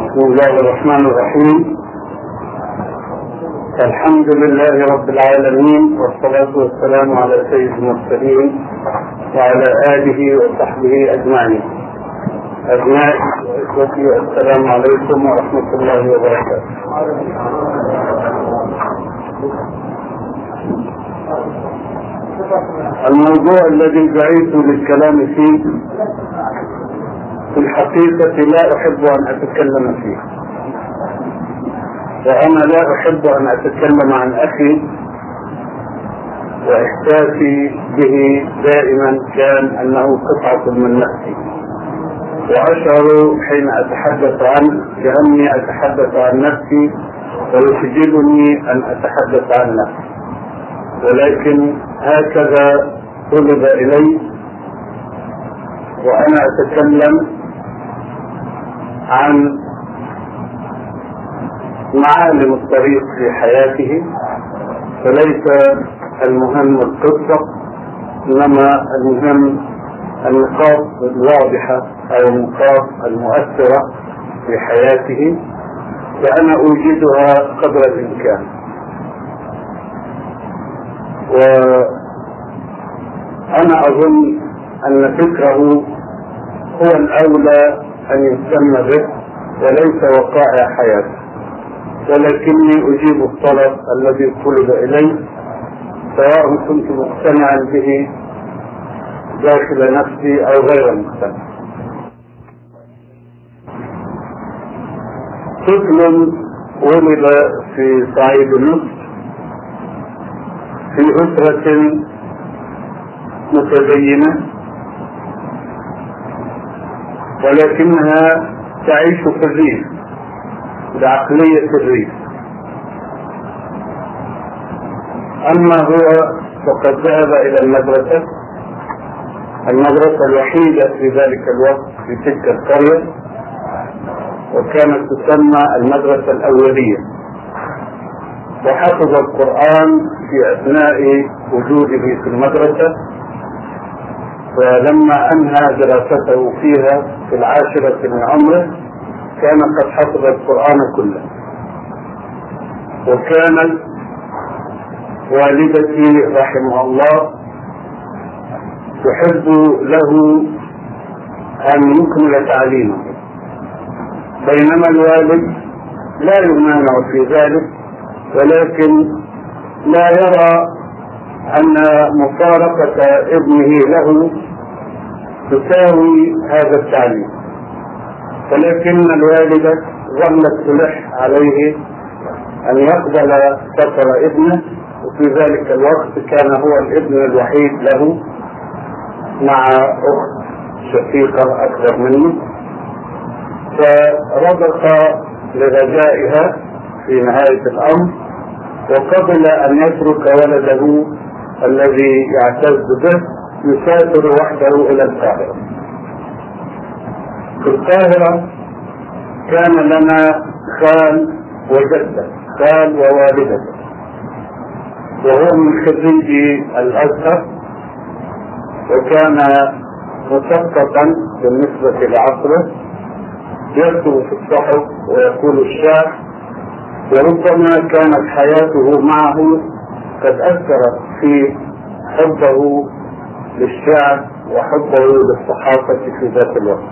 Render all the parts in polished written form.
بسم الله الرحمن الرحيم. الحمد لله رب العالمين، والصلاة والسلام على سيد المرسلين وعلى آله وصحبه أجمعين. أبنائي وإخوتي، السلام عليكم ورحمة الله وبركاته. الموضوع الذي دعيت للكلام فيه في الحقيقة لا أحب أن أتكلم فيه، وأنا لا أحب أن أتكلم عن أخي، وإحساسي به دائما كان أنه قطعة من نفسي، وأشعر حين أتحدث عنه كأني أتحدث عن نفسي ويخجلني أن أتحدث عن نفسي، ولكن هكذا طلب إلي وأنا أتكلم عن معالم الطريق في حياته. فليس المهم القصة، إنما المهم النقاط الواضحة أو النقاط المؤثرة في حياته، فأنا أوجدها قدر الإمكان. وأنا أظن أن فكره هو الأولى أن يهتم به وليس وقائع حياته، ولكني أجيب الطلب الذي طلب إلي سواء كنت مقتنعا به داخل نفسي أو غير مقتنع. طفل ولد في صعيد مصر في أسرة متدينة، ولكنها تعيش في الريف بعقلية الريف. أما هو فقد ذهب إلى المدرسة الوحيدة في ذلك الوقت في تلك القرية، وكانت تسمى المدرسة الأولية، وحفظ القرآن في أثناء وجوده في المدرسة. ولما أنهى دراسته فيها في 10 من عمره كان قد حفظ القرآن كله. وكانت والدتي رحمه الله تحب له أن يكمل تعليمه، بينما الوالد لا يمانع في ذلك، ولكن لا يرى أن مفارقة ابنه له تساوي هذا التعليم، ولكن الوالدة ظلت تلح عليه أن يقبل سفر ابنه، وفي ذلك الوقت كان هو الابن الوحيد له مع أخت شقيقة أكبر منه، فرضخ لرجائها في نهاية الأمر وقبل أن يترك ولده الذي يعتز به يسافر وحده إلى القاهرة. في القاهرة كان لنا خال وجدة، خال ووالدة، وهو من خريجي الأزهر، وكان مثقفا بالنسبة لعصره، يكتب في الصحف ويقول الشعر، وربما كانت حياته معه قد أثرت في حبه للشعر وحبه للصحافة في ذات الوقت.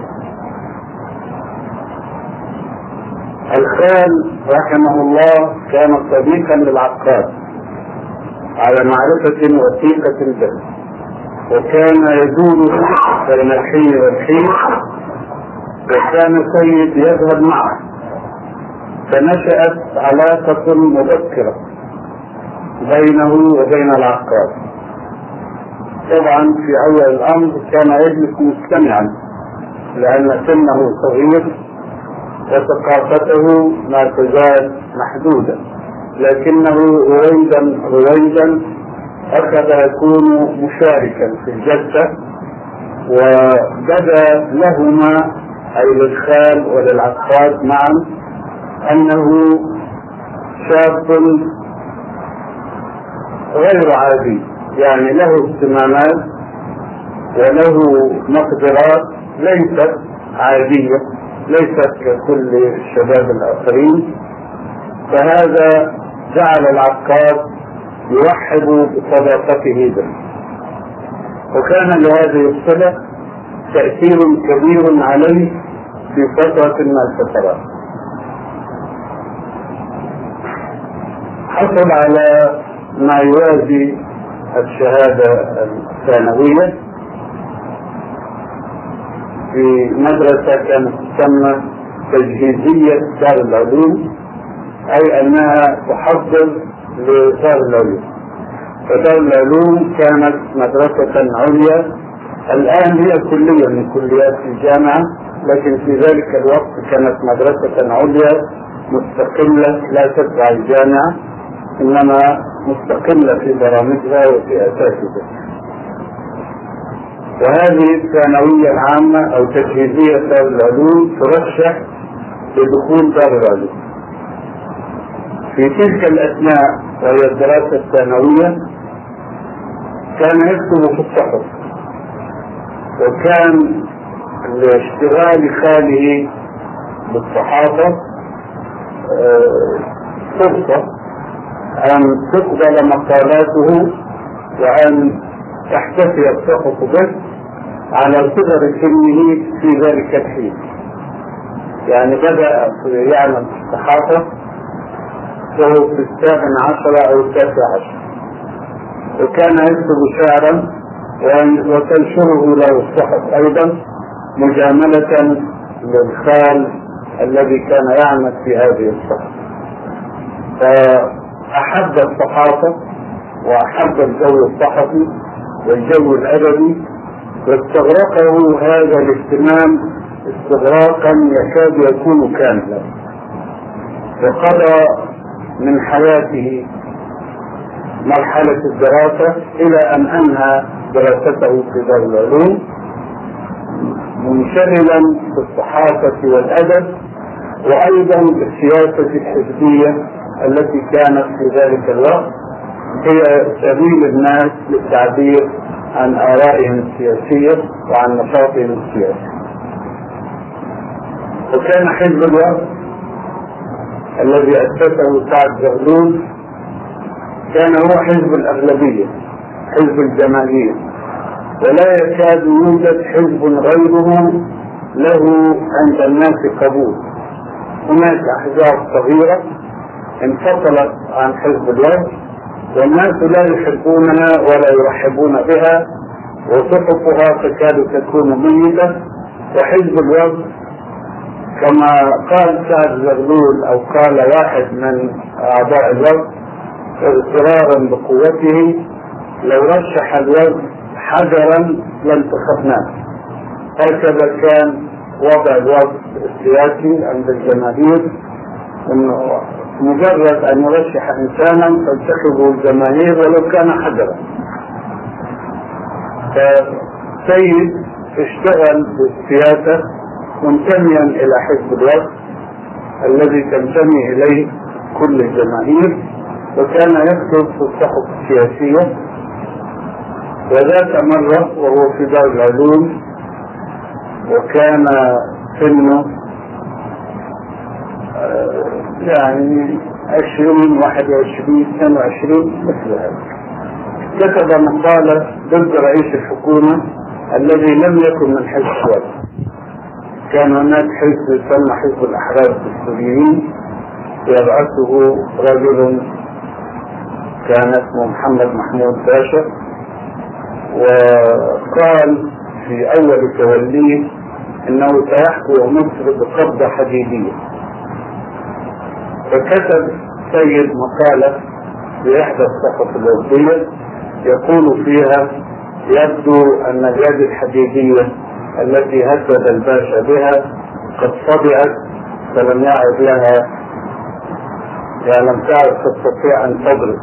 الخال رحمه الله كان صديقا للعقاد على معرفة وثيقة به، وكان يزور بين الحين والحين، وكان سيد يذهب معه، فنشأت علاقة مبكرة بينه وبين العقاد. طبعا في أول الأمر كان يجلس مستمعا لأن سنه صغير وثقافته ما تزال محدودة، لكنه رويدا أخذ يكون مشاركا في الجلسة، وبدا لهما أي للخال وللعقاد معا أنه شاب غير عادي، يعني له اهتمامات وله مقدرات ليست عادية، ليست ككل الشباب الآخرين، فهذا جعل العقاد يرحب بصداقته به، وكان لهذه الصلة تأثير كبير عليه في فترة من الفترات. حصل على ما يوازي الشهادة الثانوية في مدرسة كانت تسمى تجهيزية دار العلوم، أي أنها تحضر لدار العلوم. فدار العلوم كانت مدرسة عليا، الآن هي كلية من كليات الجامعة، لكن في ذلك الوقت كانت مدرسة عليا مستقلة لا تتبع الجامعة، إنما مستقلة في برامجها وفي أساسها. وهذه الثانوية العامة أو تجهيزية دار العلوم ترشح لدخول دار العلوم. في تلك الأثناء وهي الدراسة الثانوية كان يكتب في الصحف، وكان لاشتغال خاله بالصحافة فرصة أن تقبل مقالاته وأن تحتفي الصحف به على صغر سنه في ذلك الحين. يعني بدأ يعمل في الصحافة وهو في 17 أو 19، وكان يكتب شعرا وتنشره له الصحف أيضا مجاملة للخال الذي كان يعمل في هذه الصحف. فأحب الصحافة وأحب الجو الصحفي والجو الأدبي، واستغرقه هذا الاهتمام استغراقا يكاد يكون كاملا، وقضى من حياته مرحلة الدراسة إلى أن أنهى دراسته في دار العلوم منشغلا بالصحافة والأدب، وأيضا بالسياسة الحزبية التي كانت في ذلك الوقت هي سبيل الناس للتعبير عن آرائهم السياسية وعن نشاطهم السياسي. وكان حزب الوقت الذي أسسه سعد زغلول كان هو حزب الأغلبية، حزب الجماهير، ولا يكاد يوجد حزب غيره له عند الناس قبول. هناك أحزاب صغيرة انفصلت عن حزب الوقت والناس لا يحبونها ولا يرحبون بها، وصحفها تكاد تكون ميتة. وحزب الوقت كما قال سعد زغلول أو قال واحد من أعضاء الوقت اغترارا بقوته: لو رشح الوقت حجرا لانتخبناه. هكذا كان وضع الوقت السياسي عند الجماهير، انه مجرد ان يرشح انسانا تنتخبه الجماهير ولو كان حجرا. فسيد اشتغل بالسياسة منتميا الى حزب الوقت الذي تنتمي اليه كل الجماهير، وكان يكتب في الصحف السياسية. وذات مرة وهو في دار العلوم وكان سنه يعني 20 21 22 مثل هذا، كتب مقالة ضد رئيس الحكومة الذي لم يكن من حزب الوقت. كان هناك حزب يسمى حزب الأحرار السوريين يرأسه رجل كان اسمه محمد محمود باشا، وقال في أول توليه إنه سيحكم مصر بقبضة حديدية. فكتب سيد مقالة في إحدى الصحف الأوروبية يقول فيها: يبدو أن اليد الحديدية التي هدد الباشا بها قد صدعت فلم يعد لها، يعني لم تعد تستطيع أن تضرب.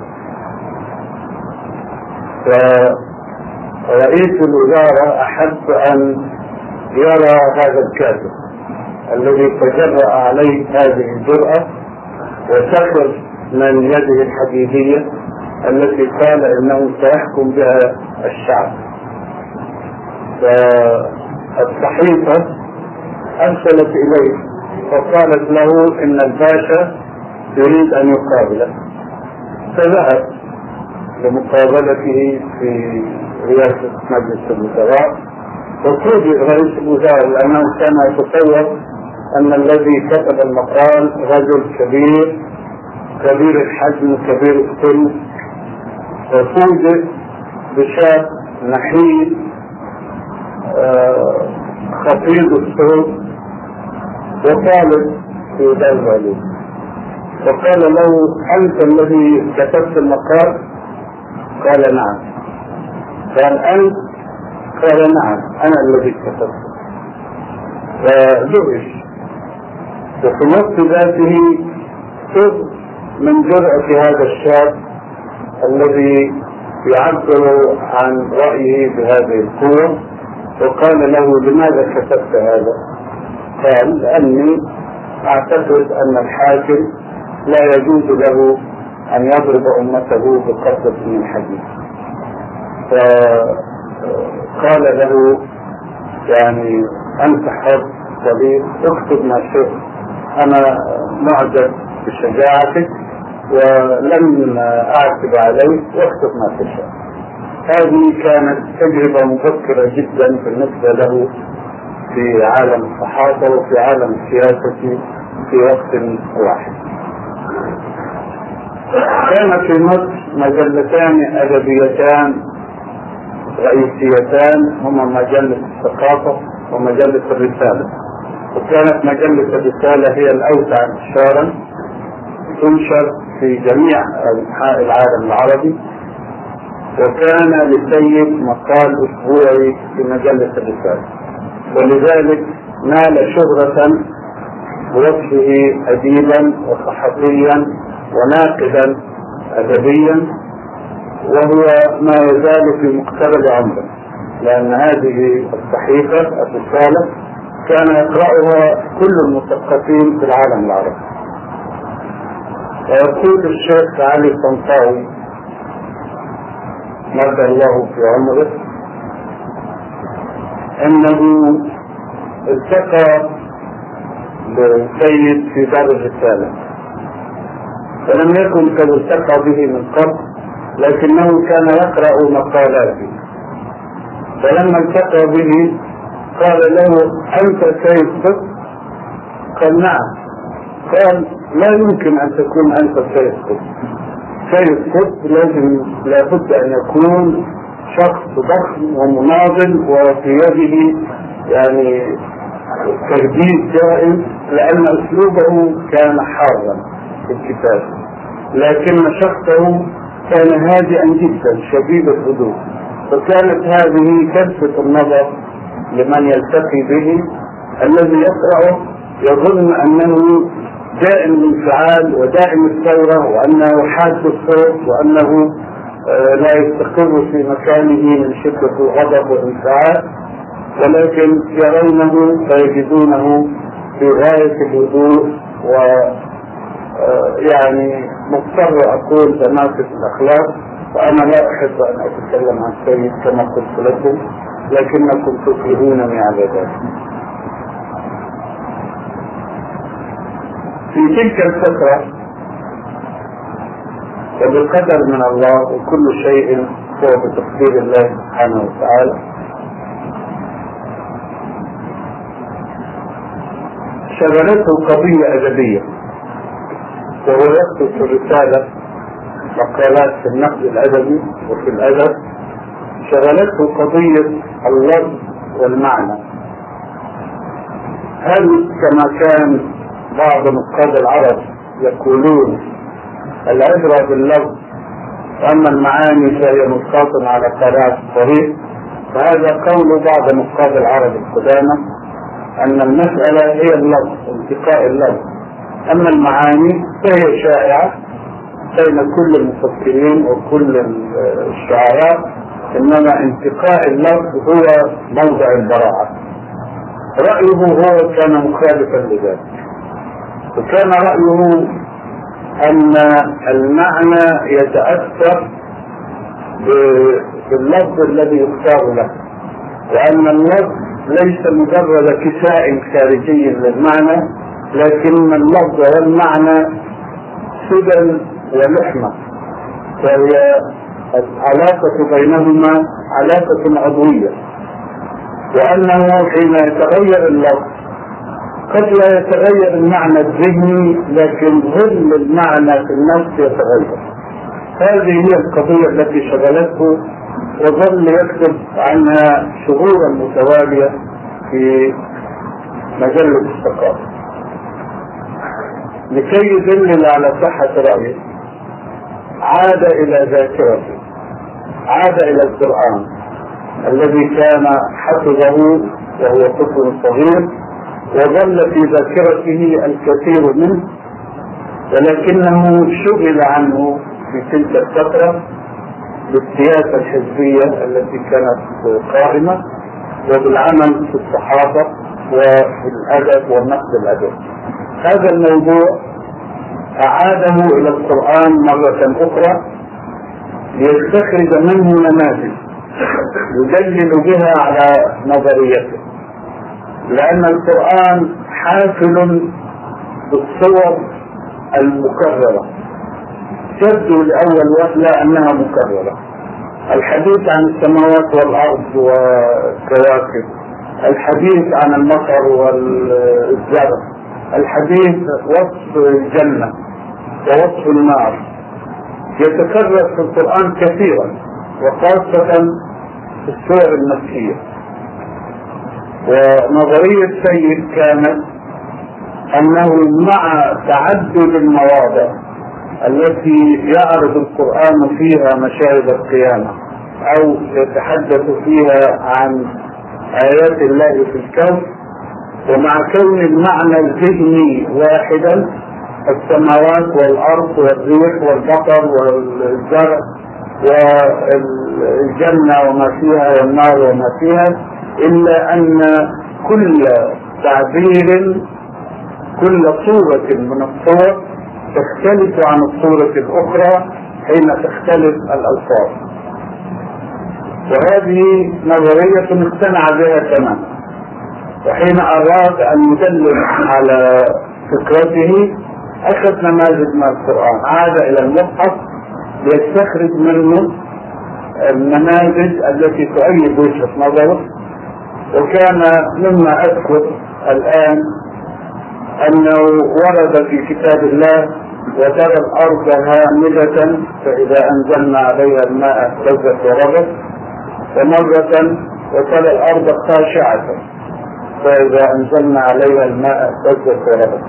فرئيس الوزارة أحب أن يرى هذا الكاتب الذي تجرأ عليه هذه الجرأة وسخر من يده الحديدية التي قال إنه سيحكم بها الشعب. فالصحيفة أرسلت إليه وقالت له إن الباشا يريد أن يقابله، فذهب لمقابلته في رئاسة مجلس الوزراء، وفوجئ رئيس الوزراء لأنه كان يتصور أن الذي كتب المقال رجل كبير الحجم كبير السن، وفوجئ بشاب نحيل خفيض الصوت وطالب في ذلك عليه، وقال له أنت الذي كتبت المقال؟ قال نعم. قال أنت؟ قال نعم أنا الذي كتبت. فدهش، وفي نفس ذاته صدق من جرأة هذا الشاب الذي يعبر عن رأيه بهذه القوة، وقال له لماذا كتبت هذا؟ قال لأني أعتقد أن الحاكم لا يجوز له أن يضرب أمته بقبضة من حديد. فقال له يعني أنت حر صديق، اكتب ما شئت، أنا معجب بشجاعتك ولن أعتب عليك، واكتب ما تشاء. هذه كانت تجربة مبكرة جدا بالنسبة له في عالم الصحافة وفي عالم السياسة في وقت واحد. كان في مصر مجلتان أدبيتان رئيسيتان، هما مجلة الثقافة ومجلة الرسالة، وكانت مجلة الرسالة هي الأوسع انتشارا، تنشر في جميع أنحاء العالم العربي، وكان للسيد مقال أسبوعي في مجلة الرسالة، ولذلك نال شهرة بوصفه أديبا وصحفيا وناقدا أدبيا، وهو ما يزال في مقتبل عمره، لأن هذه الصحيفة الرسالة كان يقرأها كل المثقفين في العالم العربي. ويقول الشيخ علي الطنطاوي مد الله في عمره انه التقى بالسيد في دار الرسالة، فلم يكن قد التقى به من قبل، لكنه كان يقرأ مقالاته، فلما التقى به قال له أنت سيد قطب؟ قال نعم. قال لا يمكن أن تكون أنت سيد قطب، سيد قطب لابد أن يكون شخص ضخم ومناضل وفي يده يعني تجديد دائم، لأن أسلوبه كان حارا في الكتاب، لكن شخصه كان هادئا جدا شديد الهدوء، فكانت هذه تلفت النظر لمن يلتقي به، الذي يقرأه يظن أنه دائم الانفعال ودائم الثورة، وأنه حاد الصوت، وأنه لا يستقر في مكانه من شدة الغضب والانفعال، ولكن يرونه فيجدونه في غاية الهدوء، ويعني مضطر أقول تماسك الأخلاق. وأنا لا أحب أن أتكلم عن السيد كما قلت لكم، لكنكم تكرهونني على ذلك. في تلك الفترة وبقدر من الله، وكل شيء هو بتقدير الله سبحانه وتعالى، شغلته قضية أدبية، وهو يكتب في الرسالة مقالات في النقد الأدبي وفي الأدب. شغلته قضية اللفظ والمعنى. هل كما كان بعض نقاد العرب يقولون العبرة باللفظ وأما المعاني فهي مسقط على قناة الطريق، فهذا قول بعض نقاد العرب القدامى أن المسألة هي اللفظ، انتقاء اللفظ، أما المعاني فهي شائعة بين كل المفكرين وكل الشعراء، إنما انتقاء اللفظ هو موضع البراعة. رأيه هو كان مخالفا لذلك، وكان رأيه أن المعنى يتأثر باللفظ الذي يختار له، وأن اللفظ ليس مجرد كساء خارجي للمعنى، لكن اللفظ والمعنى سدى ولحمة، وهي العلاقة بينهما علاقة عضوية، وأنه حين يتغير اللفظ قد لا يتغير المعنى الذهني، لكن ظل المعنى في النفس يتغير. هذه هي القضية التي شغلته، وظل يكتب عنها شهورا متوالية في مجلة الثقافة. لكي يدلل على صحة رأيه عاد إلى ذاكرته، عاد إلى القرآن الذي كان حفظه وهو طفل صغير، وظل في ذاكرته الكثير منه، ولكنه شغل عنه في تلك الفترة بالسياسة الحزبية التي كانت قائمة، وبالعمل في الصحافة وفي الأدب ونقد الأدب. هذا الموضوع أعاده إلى القرآن مرة أخرى ليستخرج منه نماذج يدلل بها على نظريته، لأن القرآن حافل بالصور المكررة، تبدو لأول وهلة أنها مكررة. الحديث عن السماوات والأرض والكواكب، الحديث عن المطر والزرع، الحديث وصف الجنة ووصف النار يتكرر في القرآن كثيرا، وخاصة في السور المكية. ونظرية سيد كانت أنه مع تعدد المواضع التي يعرض القرآن فيها مشاهد القيامة أو يتحدث فيها عن آيات الله في الكون، ومع كون المعنى الذهني واحدا، السماوات والأرض والريح والبقر والزرع والجنة وما فيها والنار وما فيها، إلا أن كل تعبير، كل صورة من الصور تختلف عن الصورة الأخرى حين تختلف الألفاظ. وهذه نظرية اقتنع بها تماما، وحين أراد أن يدلل على فكرته أخذ نماذج من القرآن، عاد إلى المصحف ليستخرج منه النماذج التي تؤيد وجهة نظره. وكان مما أذكر الآن أنه ورد في كتاب الله: وترى الأرض هامدة فإذا أنزلنا عليها الماء اهتزت وربت، ومرة وترى الأرض خاشعة فإذا أنزلنا عليها الماء اهتزت وربت.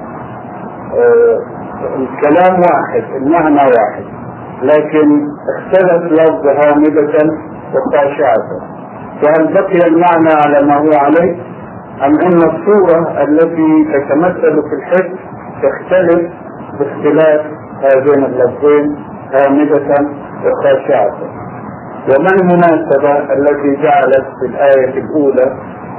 الكلام واحد، المعنى واحد، لكن اختلف لفظ هامدة وخاشعة. فهل بقي المعنى على ما هو عليه، أم أن الصورة التي تتمثل في الحس تختلف باختلاف هذين اللفظين هامدة وخاشعة؟ وما المناسبة التي جعلت في الآية الأولى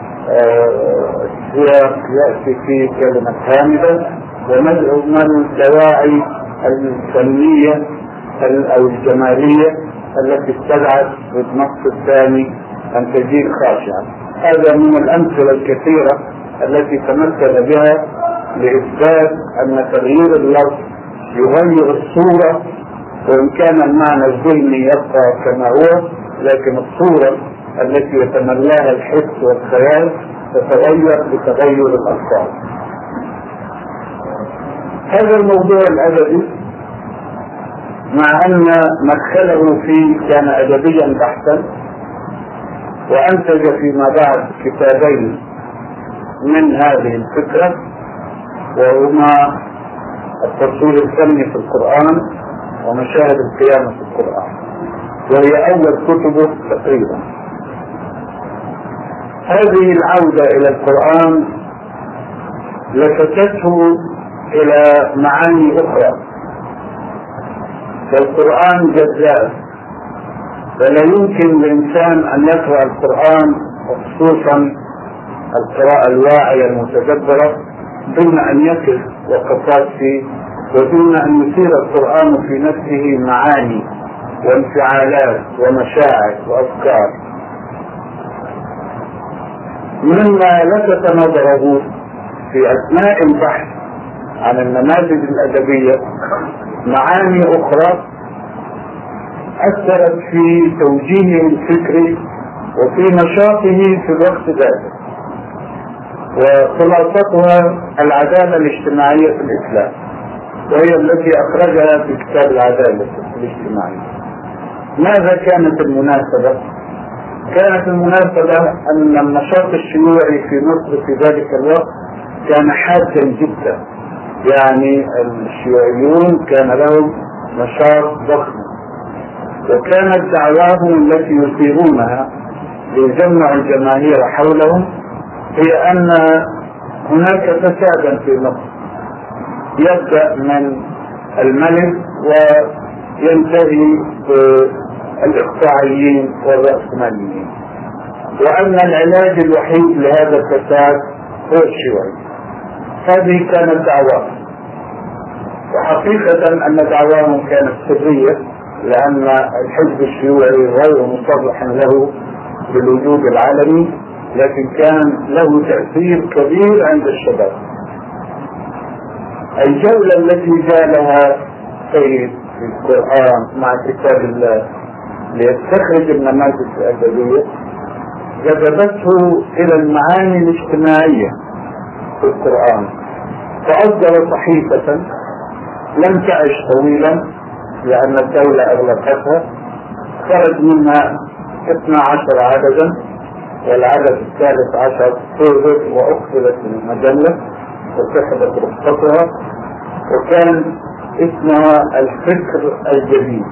يأتي في كلمة هامدة، وما الدواعي الفنية أو الجمالية التي استدعت في النص الثاني أن تجيء خاشعة؟ هذا من الأمثلة الكثيرة التي تمثل بها لإثبات أن تغيير اللفظ يغير الصورة، وإن كان المعنى الذهني يبقى كما هو، لكن الصورة التي يتملاها الحس والخيال تتغير بتغير الألفاظ. هذا الموضوع الأدبي مع أن مدخله فيه كان أدبيا بحتا، وأنتج فيما بعد كتابين من هذه الفكرة، وهما التصوير الفني في القرآن ومشاهد القيامة في القرآن، وهي أول كتبه تقريبا. هذه العودة إلى القرآن لفتته إلى معاني أخرى، فالقرآن جذاب، فلا يمكن للإنسان أن يقرأ القرآن وخصوصا القراءة الواعية المتدبرة دون أن يقف وقفات فيه، ودون أن يثير القرآن في نفسه معاني وانفعالات ومشاعر وأفكار. مما لفت نظره في أثناء البحث عن النماذج الأدبية معاني أخرى أثرت في توجيهه الفكري وفي نشاطه في الوقت ذاته، وخلاصتها العدالة الاجتماعية في الإسلام، وهي التي أخرجها في كتاب العدالة الاجتماعية. ماذا كانت المناسبة؟ كانت المناسبة أن النشاط الشيوعي في مصر في ذلك الوقت كان حادا جدا، يعني الشيوعيون كان لهم نشاط ضخم، وكانت دعواهم التي يثيرونها ليجمعوا الجماهير حولهم هي أن هناك فسادا في مصر يبدأ من الملك وينتهي بالإقطاعيين والرأسماليين، وأن العلاج الوحيد لهذا الفساد هو الشيوعي. هذه كانت دعواهم، وحقيقة أن دعواهم كانت سرية، لأن الحزب الشيوعي غير مصرح له بالوجود العالمي، لكن كان له تأثير كبير عند الشباب. الجولة التي جالها سيد في القرآن مع كتاب الله ليستخرج النماذج الأدبية جذبته إلى المعاني الاجتماعية في القرآن، فأصدر صحيفة لم تعش طويلا لأن الدولة أغلقتها، خرج منها 12 عددا، والعدد 13 صورت وأخذت من المجلة وسحبت رخصتها، وكان اسمها الفكر الجديد.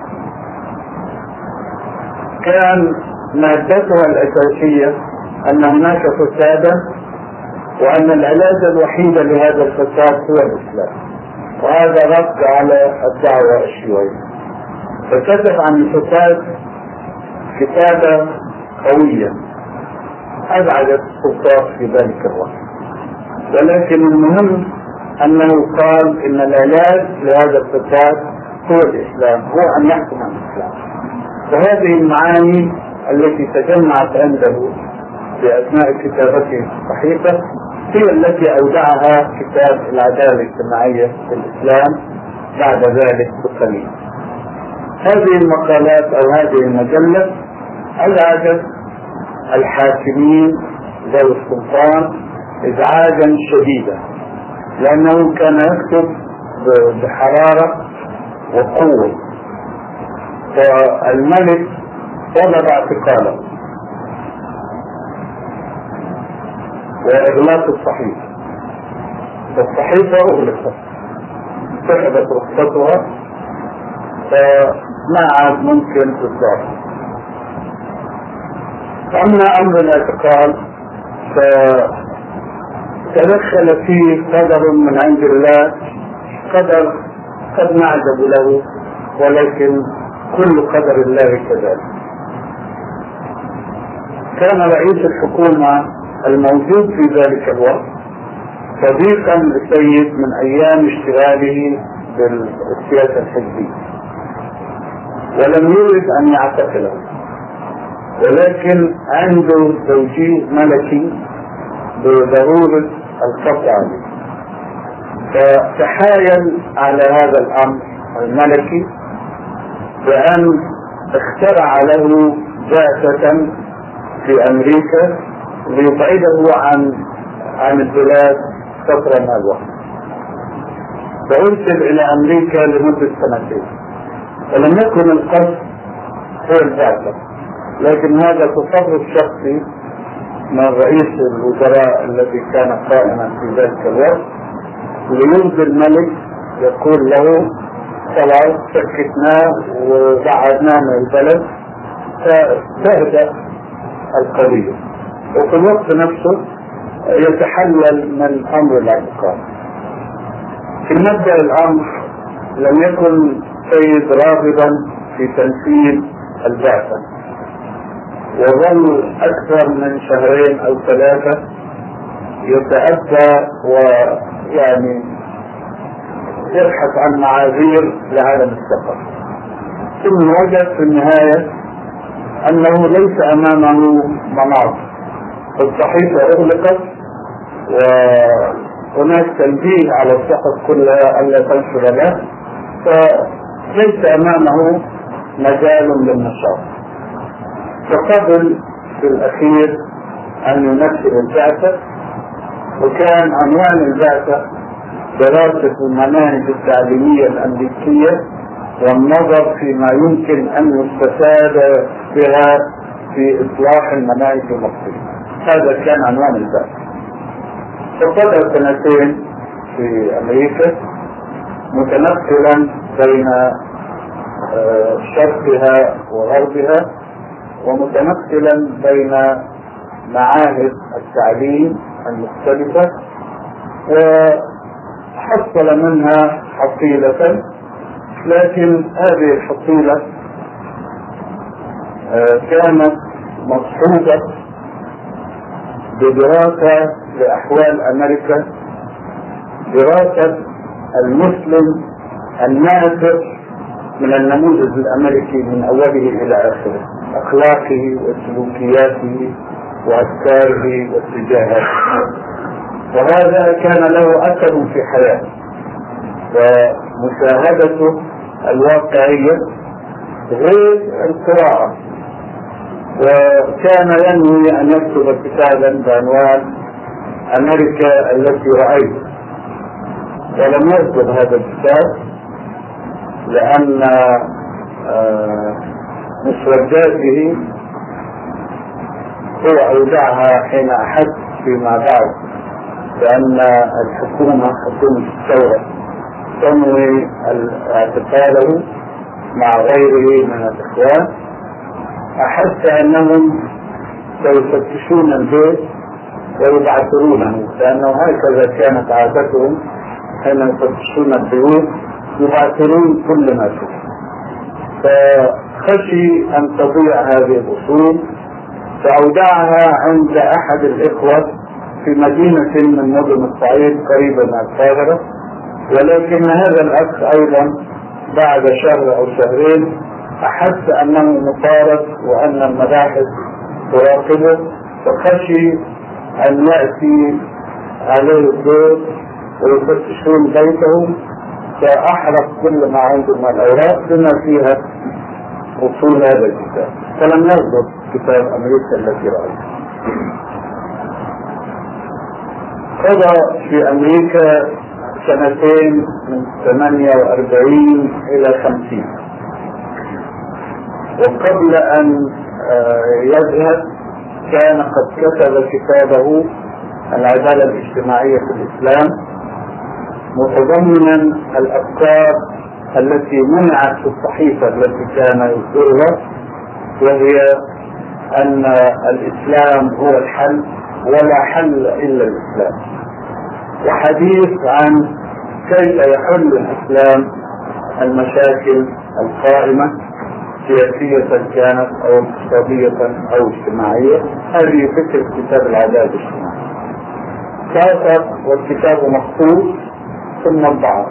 كان مادتها الأساسية أن هناك فسادا، وأن العلاج الوحيد لهذا الفساد هو الإسلام، وهذا رد على الدعوة الشيوعية. فكتب عن الفساد كتابة قوية أزعجت السلطات في ذلك الوقت، ولكن المهم أنه قال إن العلاج لهذا الفساد هو الإسلام، هو أن يحكم الإسلام. وهذه المعاني التي تجمعت عنده في أثناء كتابته الصحيفة هي التي أودعها كتاب العدالة الاجتماعية في الإسلام بعد ذلك بقليل. هذه المقالات أو هذه المجلة أزعجت الحاكمين ذوي السلطان إزعاجا شديدا، لأنه كان يكتب بحرارة وقوة، فالملك طلب اعتقاله وإغلاق الصحيفة، فالصحيفة أغلقت، سحبت رخصتها، فما عاد ممكن تصدر. أما أمر الاعتقال فتدخل فيه قدر من عند الله، قدر قد نعجب له، ولكن كل قدر الله كذلك. كان رئيس الحكومة الموجود في ذلك الوقت صديقا للسيد من أيام اشتغاله بالسياسة الحزبية، ولم يرد أن يعتقله، ولكن عنده توجيه ملكي بضرورة القبض عليه، فتحايل على هذا الأمر الملكي بأن اخترع له بعثة في أمريكا ليبعده عن البلاد فترة من الوقت، فأرسل إلى أمريكا لمدة 2 سنين، ولم يكن القصد هو البعثة، لكن هذا تصرف شخصي من رئيس الوزراء الذي كان قائما في ذلك الوقت ليرضي الملك، يقول له خلاص سكتناه وبعدناه من البلد، فتهدأ القضية، وفي الوقت نفسه يتحلل من أمر الاعتقال. في مبدأ الأمر لم يكن سيد راغبا في تنفيذ البعثة، وظل أكثر من 2 أو 3 يتأتى ويعني يبحث عن معاذير لعدم السفر، ثم وجد في النهاية أنه ليس أمامه مناص الصحيفة أغلقت وهناك تنبيه على الصحف كلها ألا تنشر له، فليس أمامه مجال للنشاط. فقبل في الأخير أن ينشر البعثة، وكان عنوان البعثة دراسة المناهج التعليمية الأمريكية والنظر فيما يمكن أن يستفاد بها في إصلاح المناهج المصرية. هذا كان عنوان البعثة. فقضى 2 سنين في أمريكا متنقلا بين شرقها وغربها، ومتنقلا بين معاهد التعليم المختلفة، وحصل منها حصيلة. لكن هذه الحصيلة كانت مصحوبة بدراسة لأحوال أمريكا، دراسة المسلم الناظر من النموذج الأمريكي من أوله إلى آخره، أخلاقه وسلوكياته وأفكاره واتجاهاته. وهذا كان له أثر في حياته، ومشاهدته الواقعية غير القراءة. وكان ينوي أن يكتب كتابا بعنوان أمريكا التي رأيت، ولم يصدر هذا الكتاب لأن مسوداته هو أودعها حين أحس فيما بعد بأن الحكومة حكومة الثورة تنوي اعتقاله مع غيره من الإخوان. أحس أنهم سيفتشون البيت ويبعثرونه، لأنه هكذا كانت عادتهم حين يفتشون البيوت، يبعثرون كل ما فيه. فخشي أن تضيع هذه الأصول، فأودعها عند أحد الإخوة في مدينة من مدن الصعيد قريبة من القاهرة. ولكن هذا الأخ أيضا بعد شهر أو شهرين أحس أنه مطارد وأن المباحث تراقبه، فخشي أن يأتي عليه الدور ويفتشون بيته، فأحرق كل ما عنده من الأوراق بما فيها وصول هذا الكتاب، فلم يصدر كتاب أمريكا التي رأيت. قضى في أمريكا 2 من 48 إلى 50. وقبل أن يذهب كان قد كتب كتابه العدالة الاجتماعية في الإسلام، متضمنا الأفكار التي منعت في الصحيفة التي كان يصدرها، وهي أن الإسلام هو الحل ولا حل إلا الإسلام، وحديث عن كيف يحل الإسلام المشاكل القائمة سياسية كانت أو اقتصادية أو اجتماعية. هذه فكرة كتاب العدالة الاجتماعية. كاتب والكتاب مخطوط ثم انطبع،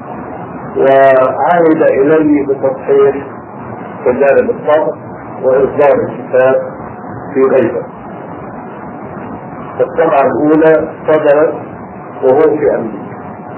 وعاد إليه بتصحيح تجارب الطبع وإصدار الكتاب في غيبة. الطبعة الأولى صدرت وهو في أمريكا.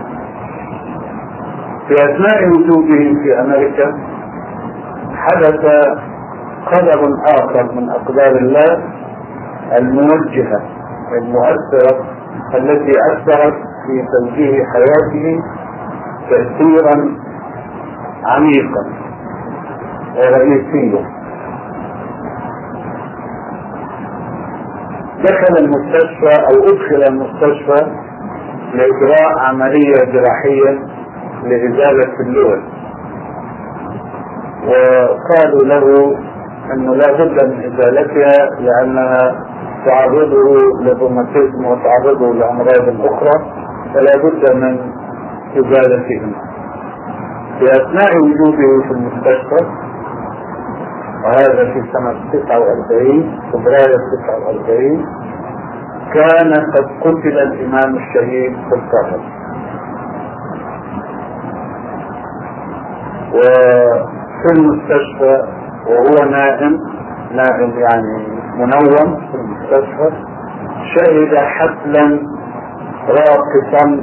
في أثناء وجوده في أمريكا حدث قدر آخر من أقدار الله الموجهة المؤثرة التي أثرت في توجيه حياته تأثيرا عميقا ورئيسيا. دخل المستشفى أو أدخل المستشفى لإجراء عملية جراحية لإزالة اللوز، وقالوا له أنه لا بد من إزالتها لأنها تعرضه للروماتيزم وتعرضه لأمراض أخرى، فلا بد من إزالتهم. في أثناء وجوده في المستشفى، وهذا في سنة 49 فبراير 49، كان قد قتل الإمام الشهيد في القاهرة. وفي المستشفى وهو نائم يعني منوم في المستشفى، شهد حفلا راقصا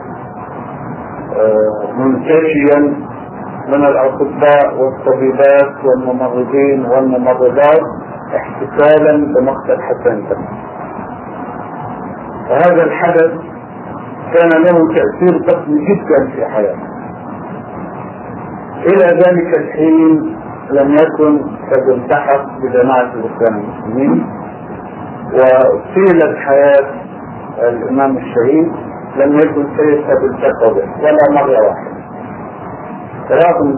منتشيا من الأطباء والطبيبات والممرضين والممرضات احتفالا بمقتل حسن تمام. وهذا الحدث كان له تأثير ضخم جدا في حياته. إلى ذلك الحين لم يكن قد التحق بجماعة الإسلام المسلمين، وطيلة حياة الإمام الشهيد لم يكن سيد قد التقى به ولا مرة واحدة، رغم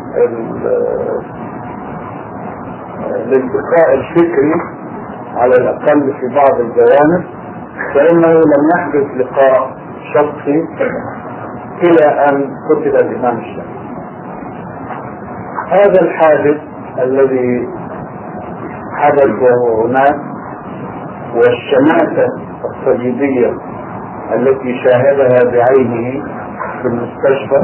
الالتقاء الفكري على الأقل في بعض الجوانب، فإنه لم يحدث لقاء شخصي إلى أن قتل الإمام الشهيد. هذا الحادث الذي حدث وهو هناك، والشماتة الصليبية التي شاهدها بعينه في المستشفى،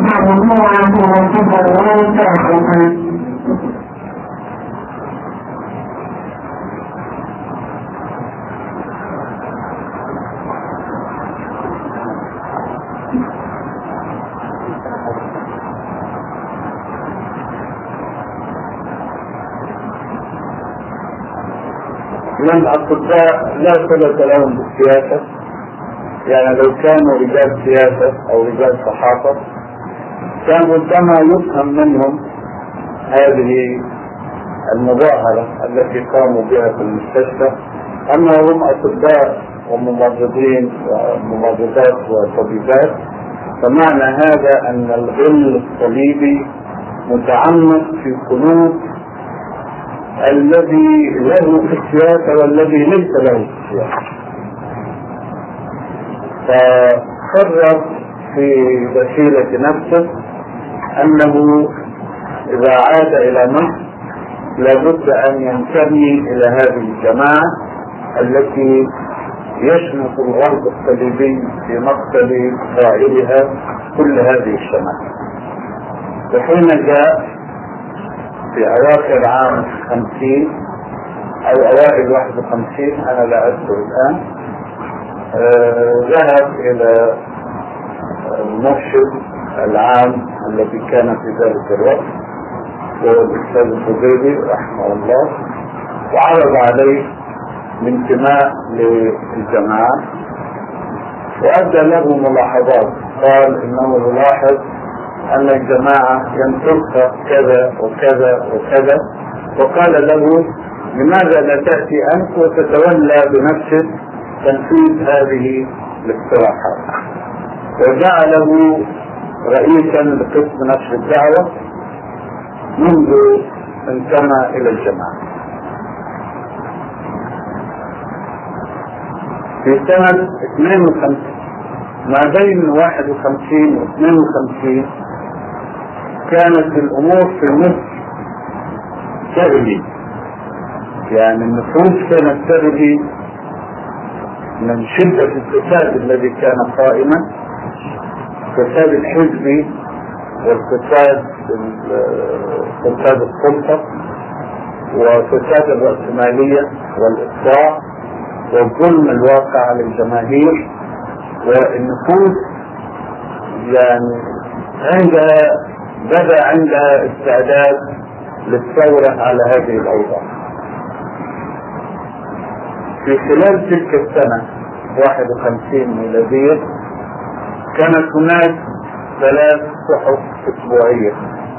من الأطباء لا صلة لهم بالسياسة، يعني لو كانوا رجال سياسة أو رجال صحافة كان ربما يفهم منهم هذه المظاهرة التي قاموا بها في المستشفى، أما هم أطباء وممرضين وممرضات وطبيبات، فمعنى هذا أن الغل الصليبي متعمق في قلوب الذي له في السياسة والذي ليس له في السياسة. فقرر في وسيلة نفسه أنه إذا عاد إلى مصر لابد أن ينتمي إلى هذه الجماعة التي يشمخ الغرب الصليبي في مقتل قائدها كل هذه الشمال. وحين جاء في أواخر عام 50 أو أوائل 51، أنا لا أذكر الآن، ذهب إلى المرشد العام الذي كان في ذلك الوقت وهو الأستاذ الحبيبي رحمه الله، وعرض عليه الانتماء للجماعة، وأدى له ملاحظات. قال إنه يلاحظ أن الجماعة ينطقها كذا وكذا وكذا، وقال له لماذا لا تأتي أنت وتتولى بنفسك تنفيذ هذه الاقتراحات، وجعله رئيسا لقسم نشر الدعوة منذ انتمى إلى الجماعة. في سنة 52 ما بين 51 و 52 كانت الأمور في مصر تغلي، يعني النفوس كانت تغلي من شدة الفساد الذي كان قائما، الفساد الحزبي والفساد السلطة وفساد الرأسمالية والإقطاع والظلم الواقع على الجماهير، والنفوس يعني بدأ عندها استعداد للثورة على هذه الأوضاع. في خلال تلك السنة 51 ميلادية كانت هناك 3 صحف أسبوعية،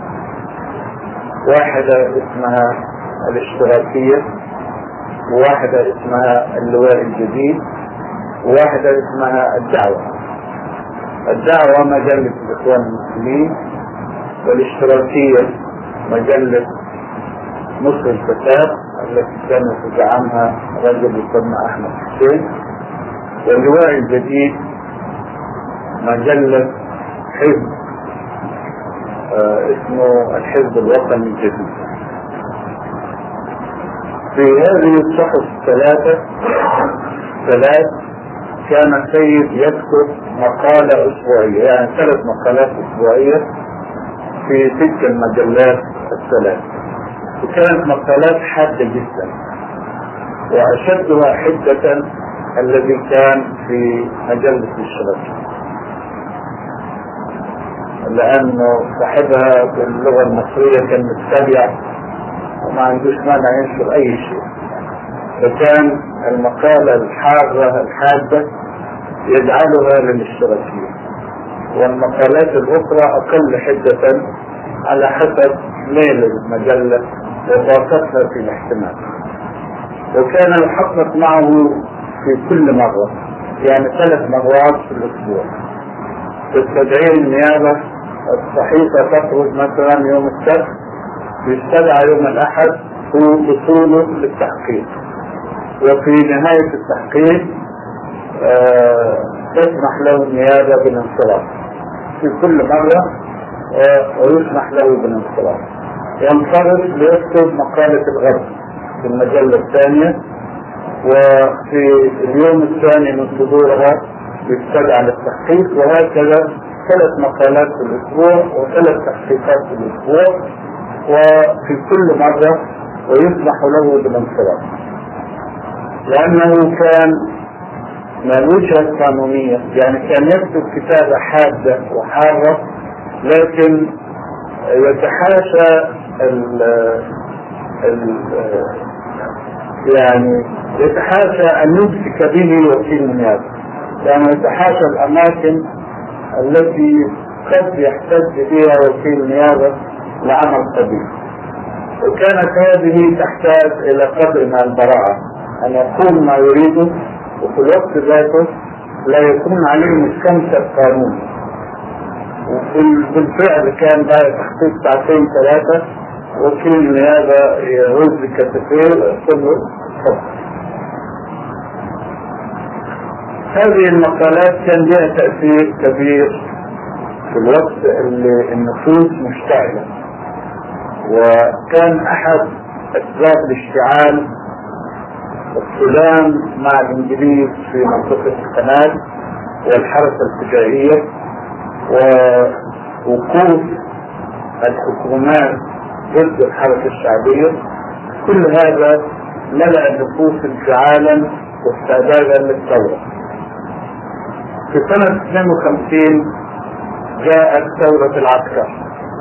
واحدة اسمها الاشتراكية، وواحدة اسمها اللواء الجديد، وواحدة اسمها الدعوة مجلة الإخوان المسلمين، والاشتراكية مجلة مصر الفتاة التي كانت تدعمها رجل يسمى أحمد حسين، واللواء الجديد مجلة حزب اسمه الحزب الوطني الجديد. في هذه الصحف الثلاث كان السيد يكتب مقالة أسبوعية، يعني 3 مقالات أسبوعية في تلك المجلات الثلاث، وكانت مقالات حادة جدا، وأشدها حدة الذي كان في مجلة الشبكة، لأنه صاحبها باللغة المصرية كان متبع وما عندوش مانع ينشر أي شيء، فكان المقالة الحارة الحادة يجعلها للاشتراكيين، والمقالات الأخرى أقل حدة على حسب ميل المجلة وطاقتها في الاحتمال. وكان يحقق معه في كل مرة، يعني 3 مرات في الأسبوع. تستدعي النيابة الصحيفة تخرج مثلا يوم السبت، يستدعى يوم الأحد في وصوله للتحقيق، وفي نهاية التحقيق تسمح له النيابة بالانصراف في كل مرة، ويسمح له بالانصراف. ينصرف ليكتب مقالة الغرب في المجلة الثانية، وفي اليوم الثاني من صدورها يستدعى للتحقيق، وهكذا 3 مقالات في الأسبوع و3 تحقيقات في الأسبوع، وفي كل مرة ويسمح له بالانصراف، لأنه كان من وجهة قانونية، يعني كان يكتب كتابة حادة وحارة، لكن يتحاشى يعني يتحاشى أن يمسك به وكيل النيابة، يعني يتحاشى الأماكن التي قد يحتج بها وكيل النيابة لعمل قبيح. وكانت هذه تحتاج إلى قدر من البراءة، أن يقول ما يريده وفي الوقت ذاته لا يكون عليه مستمسك قانوني. وبالفعل كان بعد تحقيق 2-3 وكيل النيابة يهز بكتفيه ويقول له هذه المقالات كان لها تأثير كبير في الوقت اللي النفوس مشتعلة، وكان أحد أسباب الاشتعال الصدام مع الإنجليز في منطقة القناة والحركة الفجائية ووقوف الحكومات ضد الحركة الشعبية. كل هذا ملأ النفوس انفعالا واستعدادا للثورة. في سنة 52 جاءت ثورة العسكر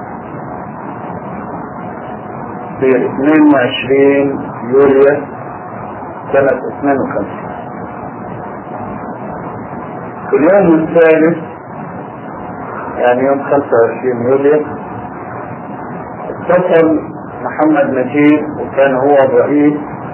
في 22 يوليو سنة 52. في اليوم الثالث يعني يوم 25 يوليو اتصل محمد نجيب، وكان هو الرئيس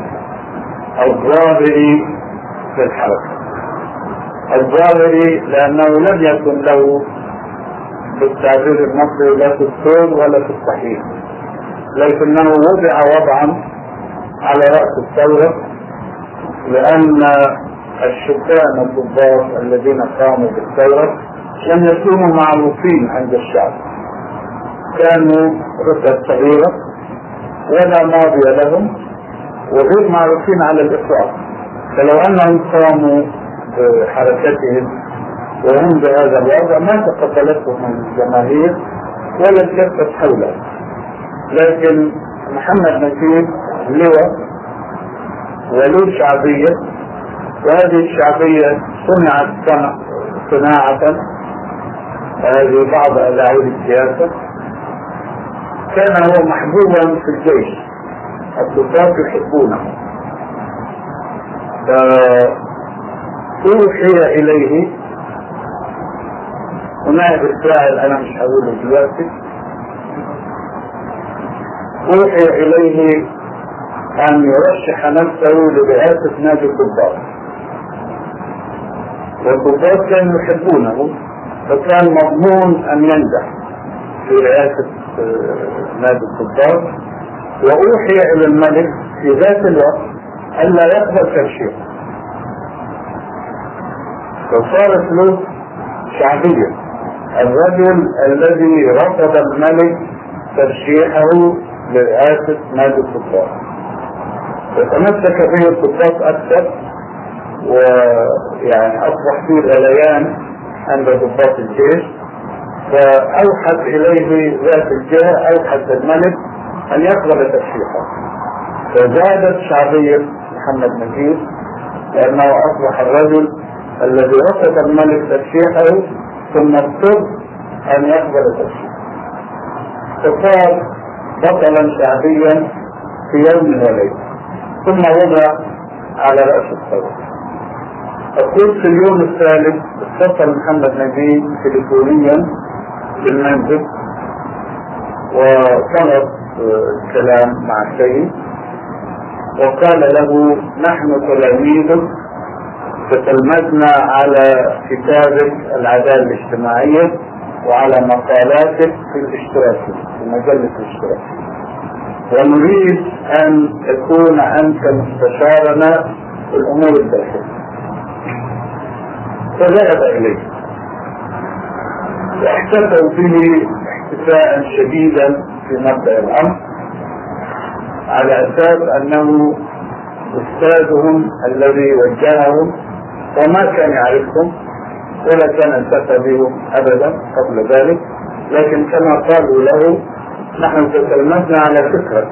الظاهري في الحركة. الظاهري لأنه لم يكن له بالتعبير المصري لا في الصول ولا في الصحيح، لكنه وضع وضعا على رأس الثورة، لأن الشبان الضباط الذين قاموا بالثورة لم يكونوا معروفين عند الشعب، كانوا رتب صغيرة ولا ماضي لهم وغير معروفين على الإطلاق، فلو أنهم قاموا بحركتهم وهم بهذا الوضع ما تقبلتهم الجماهير ولا الكفة حولها. لكن محمد نجيب لواء وله شعبية، وهذه الشعبية صناعة هذه بعض ألاعيب السياسة. كان هو محبوبا في الجيش، الضباط يحبونه، فأوحي إليه ونائب الفاعل أنا مش هقوله دلوقتي، أوحي إليه أن يرشح نفسه لرئاسة نادي الضباط، والضباط كانوا يحبونه، فكان مضمون أن ينجح في رئاسة نادي الضباط. وأوحي إلى الملك في ذات الوقت ألا يقبل ترشيحه، فصارت له شعبية. الرجل الذي رفض الملك ترشيحه لرئاسة نادي الضباط فتمسك به الضباط أكثر، ويعني أصبح فيه غليان عند ضباط الجيش، فأوحد إليه ذات الجهة، أوحد الملك أن يقبل ترشيحه، فزادت شعبية محمد نجيب لأنه أصبح الرجل الذي رفض الملك ترشيحه ثم اضطر أن يقبل ترشيحه، فصار بطلا شعبيا في يوم وليلة، ثم وضع على رأس الثورة. أقول في اليوم الثالث اتصل محمد نجيب تليفونيا بالمنزل وطلب الكلام مع السيد، وقال له: نحن تلاميذك تتلمذنا على كتابك العدالة الاجتماعية وعلى مقالاتك في الاشتراكية في مجلة الاشتراكية، ونريد أن تكون أنت مستشارنا في الأمور الداخلية. فذهب إليه واحتفوا به احتفاء شديدا في مبدأ الأمر، على أساس أنه أستاذهم الذي وجههم وما كان يعرفهم ولا كان التقى بهم أبدا قبل ذلك، لكن كما قالوا له: نحن تتلمذنا على فكرة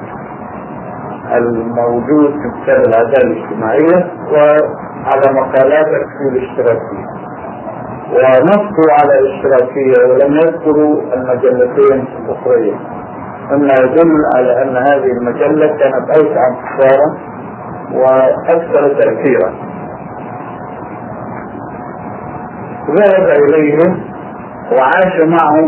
الموجود في كتاب العدالة الاجتماعية وعلى مقالاتك في الاشتراكية، ونصوا على الاشتراكية ولم يذكروا المجلتين الأخرين، مما يدل على أن هذه المجلة كانت أوسع انتشارا وأكثر تأثيرا. ذهب إليهم وعاش معهم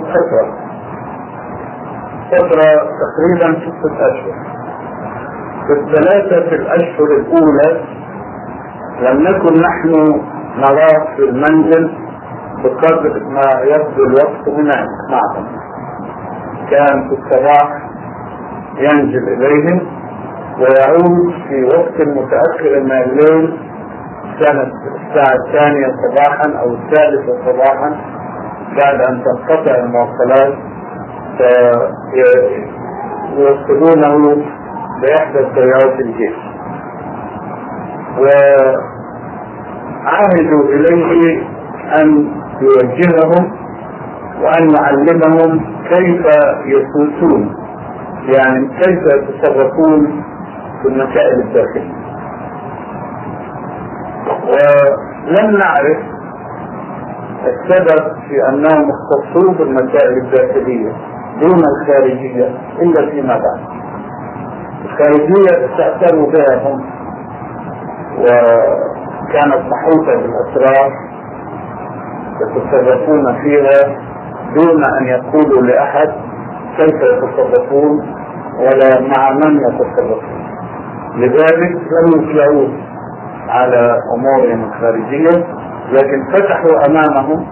فترة تقريبا 6 أشهر. في ال3 الأشهر الأولى لم نكن نحن نراه في المنزل بقدر ما يبدو الوقت هناك معهم. كان في الصباح ينزل إليهم ويعود في وقت متأخر من الليل، كانت الساعة 2 صباحا أو 3 صباحا بعد أن تنقطع المواصلات، فيوصلونه بإحدى سيارات الجيش. وعاهدوا إليه أن يوجههم وأن يعلمهم كيف يسوسون، يعني كيف يتصرفون في المسائل الداخلية. ولم نعرف السبب في أنهم اختصوا بالمسائل الداخلية دون الخارجية إلا فيما بعد. الخارجية استأثروا بها هم، وكانت محوطة بالأسرار يتصرفون فيها دون أن يقولوا لأحد كيف يتصرفون ولا مع من يتصرفون. لذلك لم يطلعوا على أمورهم الخارجية، لكن فتحوا أمامه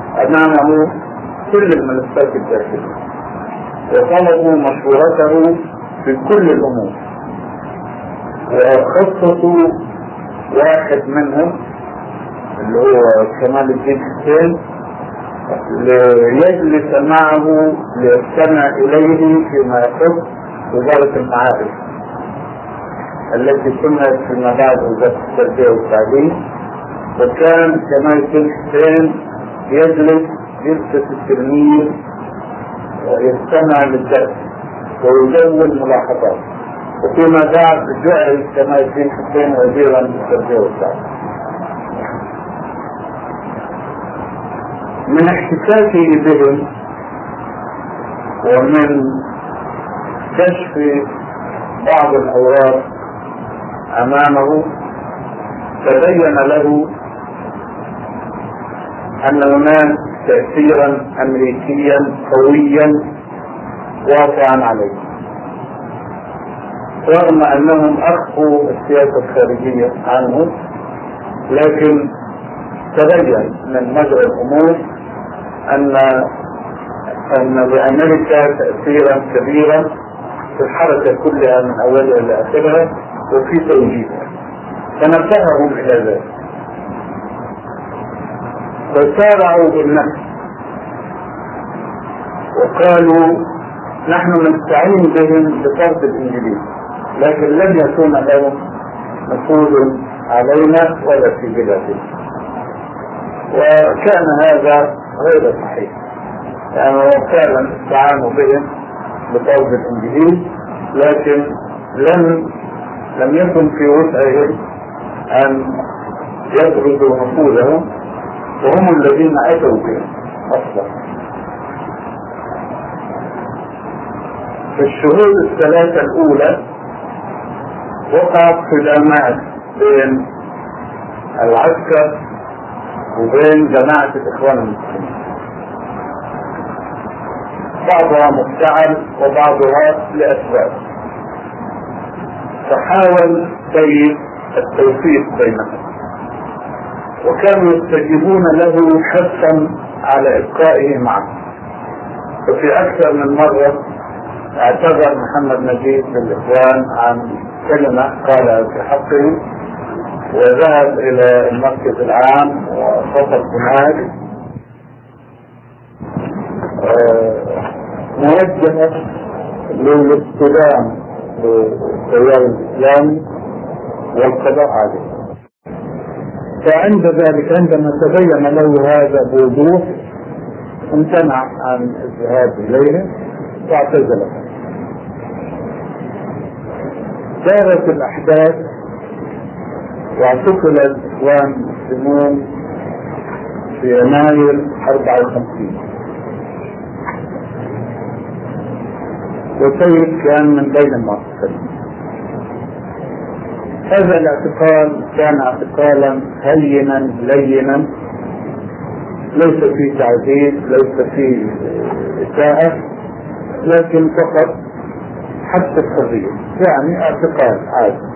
كل الملفات الداخلية وطلبوا مشورته في كل الأمور، وخصصوا واحد منهم اللي هو كمال الدين حسين ليجلس معه ليستمع إليه فيما يخص وزارة المعارف التي سميت فيما بعد وزارة التربية والتعليم. وكان كمال الدين حسين يجلس جلسة التلميذ ويستمع للدرس ويدون ملاحظات. وفيما بعد جعل كمال الدين حسين وزيرا للتربية والتعليم. من احتكاكه بهم ومن كشف بعض الأوراق أمامه تبين له أن هناك تأثيرا أمريكيا قويا واقعا عليه، رغم أنهم أخفوا السياسة الخارجية عنه، لكن تبين من مجرى الأمور أن لأمريكا تأثيرا كبيرا في الحركة كلها من أولها لآخرها وفي توجيهها، فنبههم إلى ذلك فسارعوا بالنفس وقالوا: نحن نستعين بهم بفرض الإنجليز، لكن لم يكون لهم نفوذ علينا ولا في بلادنا. وكان هذا غير صحيح، يعني فعلا استعانوا بهم بفرض الإنجليز، لكن لم يكن في وسعهم أن يبرزوا نفوذهم، وهم الذين أتوا به أصلا. في الشهور الثلاثة الأولى وقعت خلافات بين العسكر وبين جماعة الإخوان المسلمين، بعضها مفتعل وبعضها لأسباب، فحاول سيد التوفيق بينهم، وكانوا يستجيبون له حرصا على إبقائه معه. وفي أكثر من مرة اعتذر محمد نجيب للإخوان عن كلمة قالها في حقه، وذهب إلى المركز العام وخطب هناك موجهة للاستلام بالتيار الإسلامي والقضاء عليه. فعند ذلك عندما تبين له هذا بوضوح امتنع عن الذهاب إليه واعتزل. دارت الأحداث واعتقل الإخوان المسلمون في يناير 54، وسيد كان من بين المعتقلين. هذا الاعتقال كان اعتقالا هينا لينا، ليس فيه تعذيب، ليس فيه إساءة، لكن فقط حتى الحرية، يعني اعتقال عادي.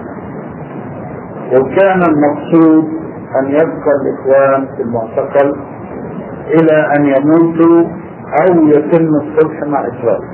وكان المقصود أن يبقى الإخوان في المعتقل إلى أن يموتوا أو يتم الصلح مع إسرائيل.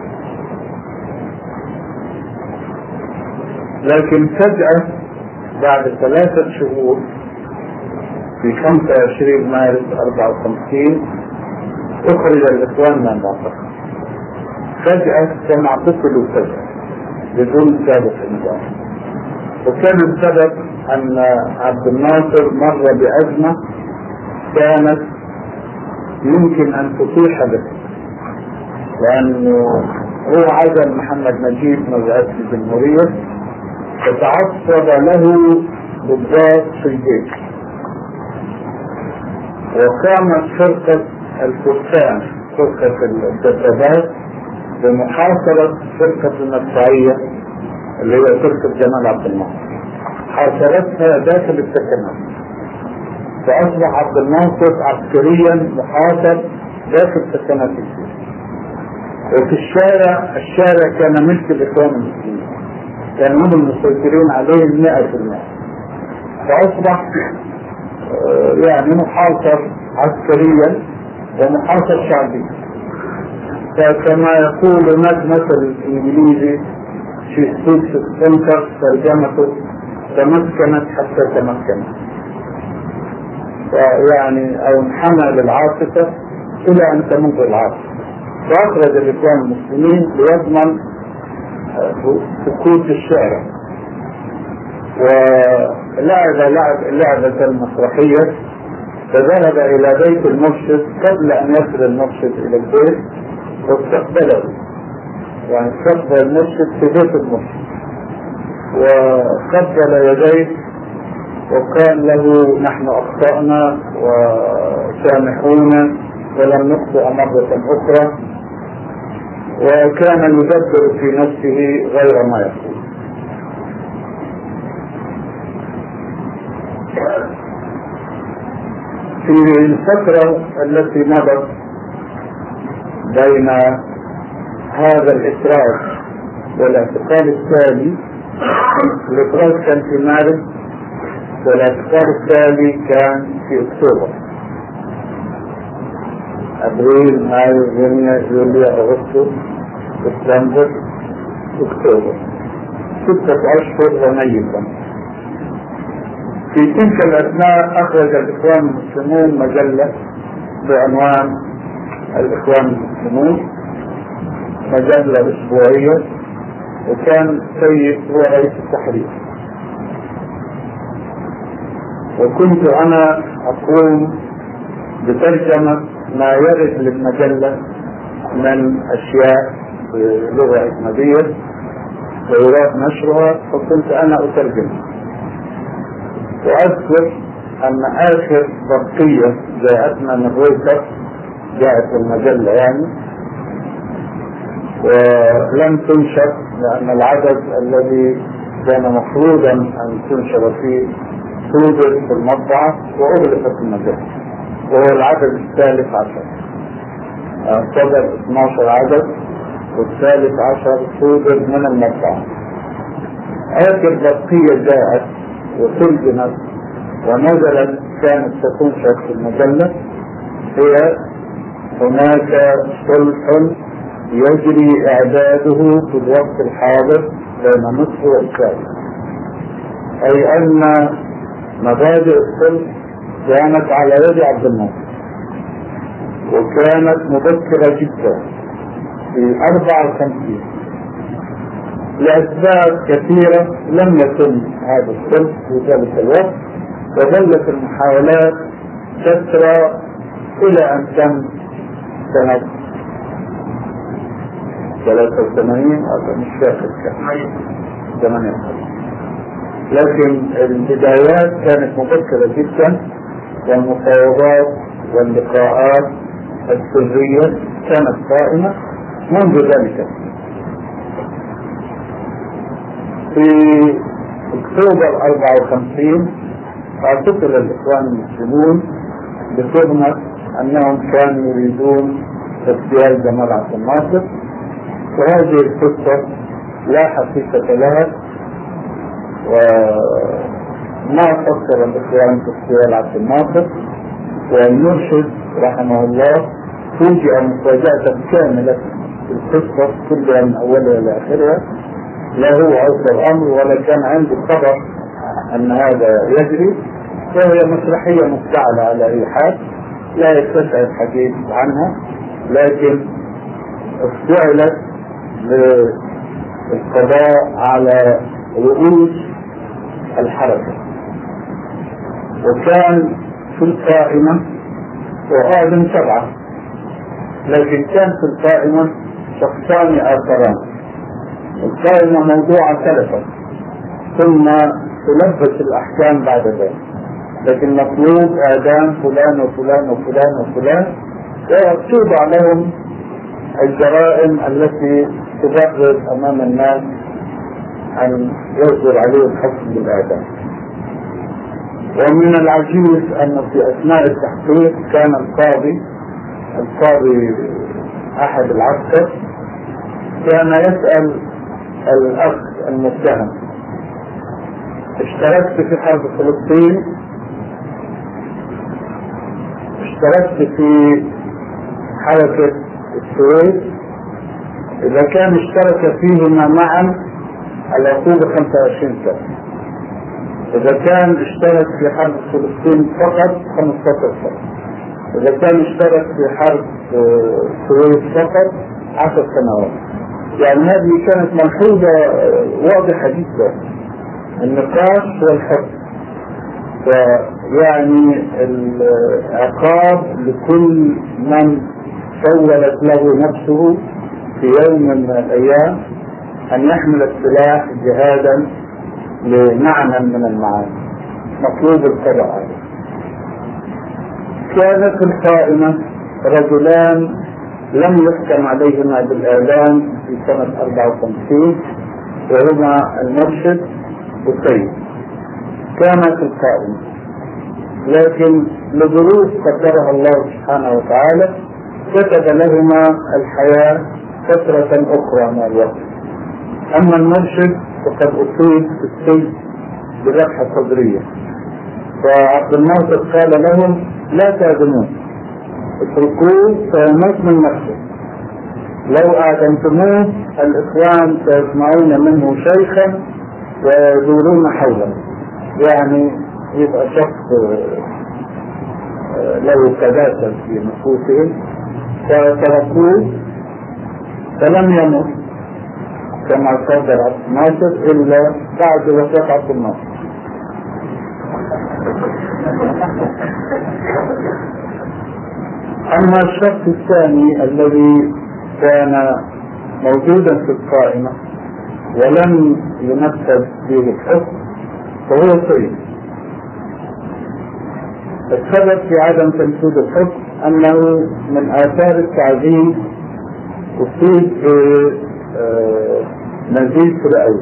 لكن فجأة بعد 3 شهور في 25 مارس 54 أخرج الإخوان من المعتقل فجأة، كما اعتقلوا فجأة بدون سابق إنذار. وكان السبب أن عبد الناصر مر بأزمة كانت يمكن أن تطيح به، لأنه هو عزل محمد نجيب من رئاسة الجمهورية، فتعصب له ضباط في الجيش، وقامت فرقة الفرسان، فرقة الدبابات، بمحاصرة فرقة المدفعية اللي هي فرقة جمال عبد الناصر، حاصرتها داخل السكنات، فأصبح عبد الناصر عسكريا محاصر داخل سكنات الجيش. وفي الشارع كان ملك الإخوان المسلمين، كانوا هم المسيطرين عليه 100%، فأصبح يعني محاصر عسكريا ومحاصر شعبي. فكما يقول هناك مثل انجليزي في ستيتس سنتر ترجمته تمكنت حتى تمكنت، يعني او انحنى للعاصفة الى ان تمر العاصفة. فاخرج الاخوان المسلمين ليضمن سكوت الشارع، ولعب لعبة مسرحية، فذهب الى بيت المرشد قبل ان يصل المرشد الى البيت واستقبله، يعني استقبل المرشد في بيت المرشد وقبل يديه وقال له نحن أخطأنا وسامحونا ولم نخطئ مرة أخرى، وكان يدبر في نفسه غير ما يقول. في الفترة التي مضت بين هذا الإفراج والاعتقال التالي، الإفراج كان في مارس والاعتقال التالي كان في أكتوبر، أبريل مايو يوليو أغسطس سبتمبر أكتوبر، 6 أشهر ونيفا. في تلك الأثناء أخرج الإخوان المسلمون مجلة بعنوان الإخوان المسلمون، مجلة أسبوعية، وكان سيد هو رئيس التحرير، وكنت أنا أقوم بترجمة ما يرد للمجلة من أشياء بلغة أجنبية ويراد نشرها، فكنت أنا أترجمها. وأذكر أن آخر برقية جاءتنا من رويترز، جاءت المجلة يعني، ولم تنشر لأن العدد الذي كان مفروضا أن تنشر فيه صدر في المطبعة وأغلقت المجلة، وهو العدد الثالث عشر. صدر 12 عدد والثالث عشر صدر من المطبعة. آخر برقية جاءت وترجمت ونزلت كانت ستنشر في المجلة هي هناك صلح يجري إعداده في الوقت الحاضر بين مصر وإسرائيل، أي أن مبادئ الصلح كانت على يد عبد الناصر، وكانت مبكرة جدا في 54 لأسباب كثيرة. لم يتم هذا الصلح في ذلك الوقت، وظلت المحاولات تسرى إلى أن تم سنة 83 أو مش فاكر كم 88. لكن البدايات كانت مبكرة جدا، والمفاوضات واللقاءات السرية كانت قائمة منذ ذلك. في أكتوبر 54 اعتقل الإخوان المسلمون بتهمة أنهم كانوا يريدون اغتيال جمال عبد الناصر، وهذه القصة لا حقيقة لها، وما فكر الإخوان في اغتيال عبد الناصر. والمرشد رحمه الله فوجئ مفاجأة كاملة في القصة كلها من أولها إلى آخرها، لا هو عرف الأمر ولا كان عنده خبر أن هذا يجري، فهي مسرحية مفتعلة على أي حال لا يتسع الحديث عنها، لكن افتعلت للقضاء على رؤوس الحركة. وكان في القائمة وآدم 7، لكن كان في القائمة شخصان آخران. القائمة موضوعة ثلاثة ثم تلبس الأحكام بعد ذلك، لكن مطلوب إعدام فلان وفلان وفلان وفلان، وتوضع لهم الجرائم التي تبرر أمام الناس أن يصدر عليهم حكم بالإعدام. ومن العجيب أن في أثناء التحقيق كان القاضي أحد العسكر كان يسأل الأخ المتهم: اشتركت في حرب فلسطين؟ اشتركت في حركة السويس؟ إذا كان اشترك فيهما معا العقوبة 25 سنة، إذا كان اشترك في حرب فلسطين فقط 15 سنة، إذا كان اشترك في حرب السويس فقط 10 سنوات. يعني هذه كانت ملحوظة واضحة جدا، النقاش والحكم. فيعني العقاب لكل من سولت له نفسه في يوم من الأيام أن يحمل السلاح جهادا لمعنى من المعاني مطلوب القضاء عليه. كانت القائمة رجلان لم يحكم عليهما بالإعدام في سنة 54، وهما المرشد والسيد. كانت القائمة، لكن لظروف قدرها الله سبحانه وتعالى كتب لهما الحياة فترة أخرى من الوقت. أما المرشد فقد أصيب في السجن بجرح صدرية، فعبد الناصر قال لهم: لا تعدموه، اتركوه فيموت من نفسه، لو أعدمتموه الإخوان سيسمعون منه شيخا ويدورون حوله، يعني يبقى شخص له كباسة في نفوسهم. فتركوه فلم يمت كما قدر عبد الناصر إلا بعد وفاة عبد الناصر. أما الشخص الثاني الذي كان موجودا في القائمة ولم ينفذ به الحكم فهو سيد. السبب في عدم تنفيذ الحكم أنه من آثار التعذيب أصيب نزيف رئوي،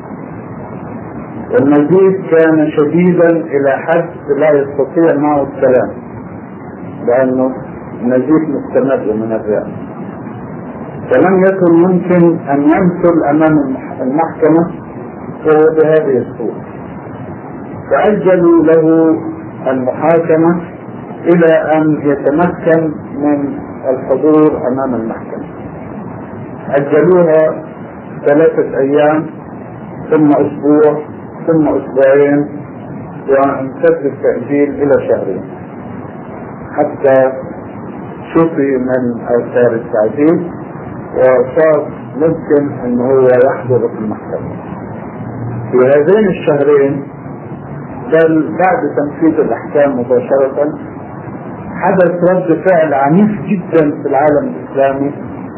والنزيف كان شديدا إلى حد لا يستطيع معه الكلام لأنه نزيف مستمر من الرئة، فلم يكن ممكن أن يمثل أمام المحكمة بهذه الصورة، فعجلوا له المحاكمة إلى أن يتمكن من الحضور أمام المحكمة. أجلوها 3 أيام ثم أسبوع ثم أسبوعين، وامتد التأجيل إلى 2 شهر حتى شفي من آثار التعذيب وصار ممكن أن هو يحضر في المحكمة. في هذين 2 شهرين بل بعد تنفيذ الأحكام مباشرة حدث رد فعل عنيف جدا في العالم الإسلامي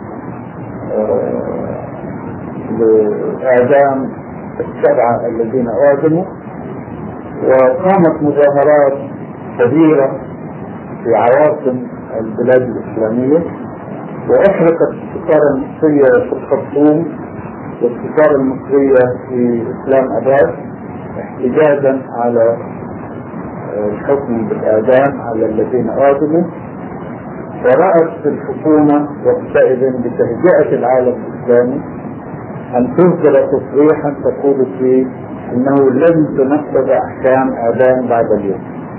لإعدام ال7 الذين أعدموا، وقامت مظاهرات كبيرة في عواصم البلاد الإسلامية، وأحرقت السفارة المصرية في الخرطوم والسفارة المصرية في إسلام أباد احتجاجا على الحكم بالإعدام على الذين أعدموا. ورأت الحكومة وقتئذ بتهجئة العالم الإسلامي أن تصدر تصريحا تقول فيه أنه لن تنفذ أحكام إعدام بعد اليوم.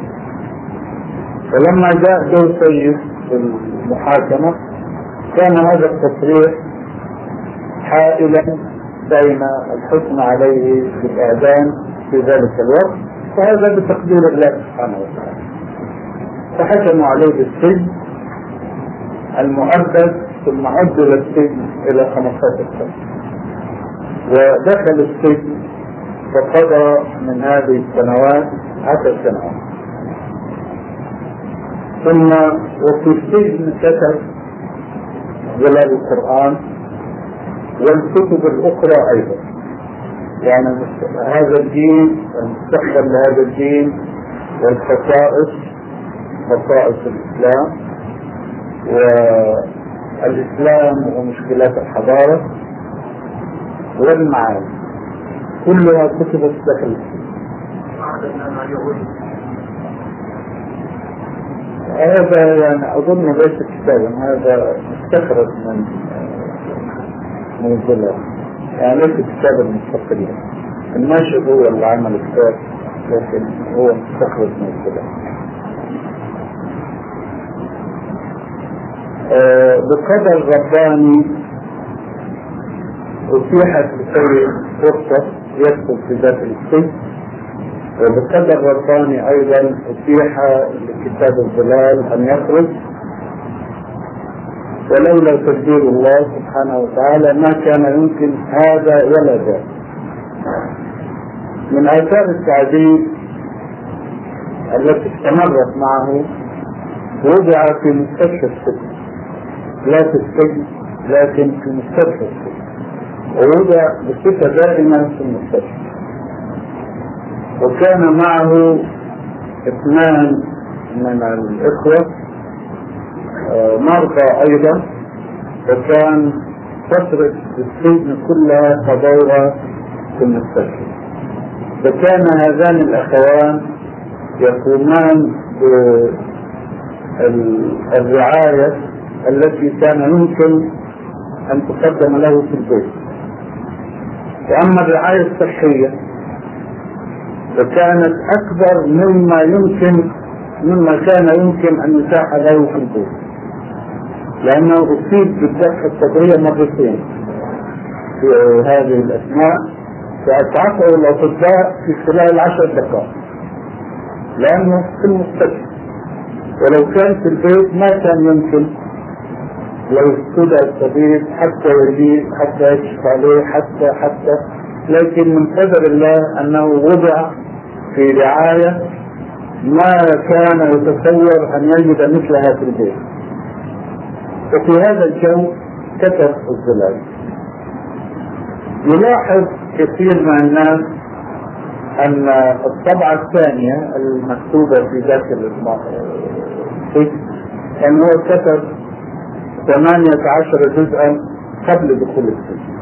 فلما جاء دور سيد في المحاكمة كان هذا التصريح حائلا بين الحكم عليه بالإعدام في ذلك الوقت، فهذا بتقدير الله سبحانه وتعالى، فحكموا عليه بالسجن المؤبد ثم عدل السجن إلى 15 سنة، ودخل السجن فقضى من هذه السنوات 10 سنوات. ثم وفي السجن كتب جلال القرآن والكتب الأخرى أيضا، يعني هذا الدين المستقبل لهذا الدين والخصائص، خصائص الإسلام والإسلام ومشكلات الحضارة والمعاني، كلها كتبت داخل السجن. هذا يعني أظن ليس كتابا، هذا مستخرج من الظلال، يعني ليس كتابا مستقلا، الناشر هو اللي عمل الكتاب لكن هو مستخرج من الظلال. بقدر رباني أتيحت لسيد فرصة يدخل في ذات السجن، وبقدر رباني أيضا أتيح لكتاب الظلال أن يخرج، ولولا تدبير الله سبحانه وتعالى ما كان يمكن هذا ولا ذاك. من آثار التعذيب التي استمرت معه وضع في مستشفى السجن، لا في السجن لكن في مستشفى السجن، ووضع بصفة دائمة في المستشفى، وكان معه 2 من الإخوة مرضى أيضا، وكان فترة السجن كلها قضوها في المستشفى. فكان هذان الأخوان يقومان بالرعاية التي كان يمكن أن تقدم له في البيت. وأما الرعاية الصحية فكانت أكبر مما كان يمكن أن يتاح له في البيت، لأنه أصيب بالذبحة الصدرية 2 مرتين في هذه الأثناء، فأسعفه الأطباء في خلال 10 دقائق لأنه في المستشفى، ولو كان في البيت ما كان يمكن، لو استدعى الطبيب حتى يجيب حتى يكشف عليه حتى لكن من قدر الله أنه وضع في رعاية ما كان يتصور أن يجد مثلها في البيت. وفي هذا الجو كتب الظلال. يلاحظ كثير من الناس أن الطبعة الثانية المكتوبة في داخل السجن أن هو كتب 18 جزءا قبل دخول السجن،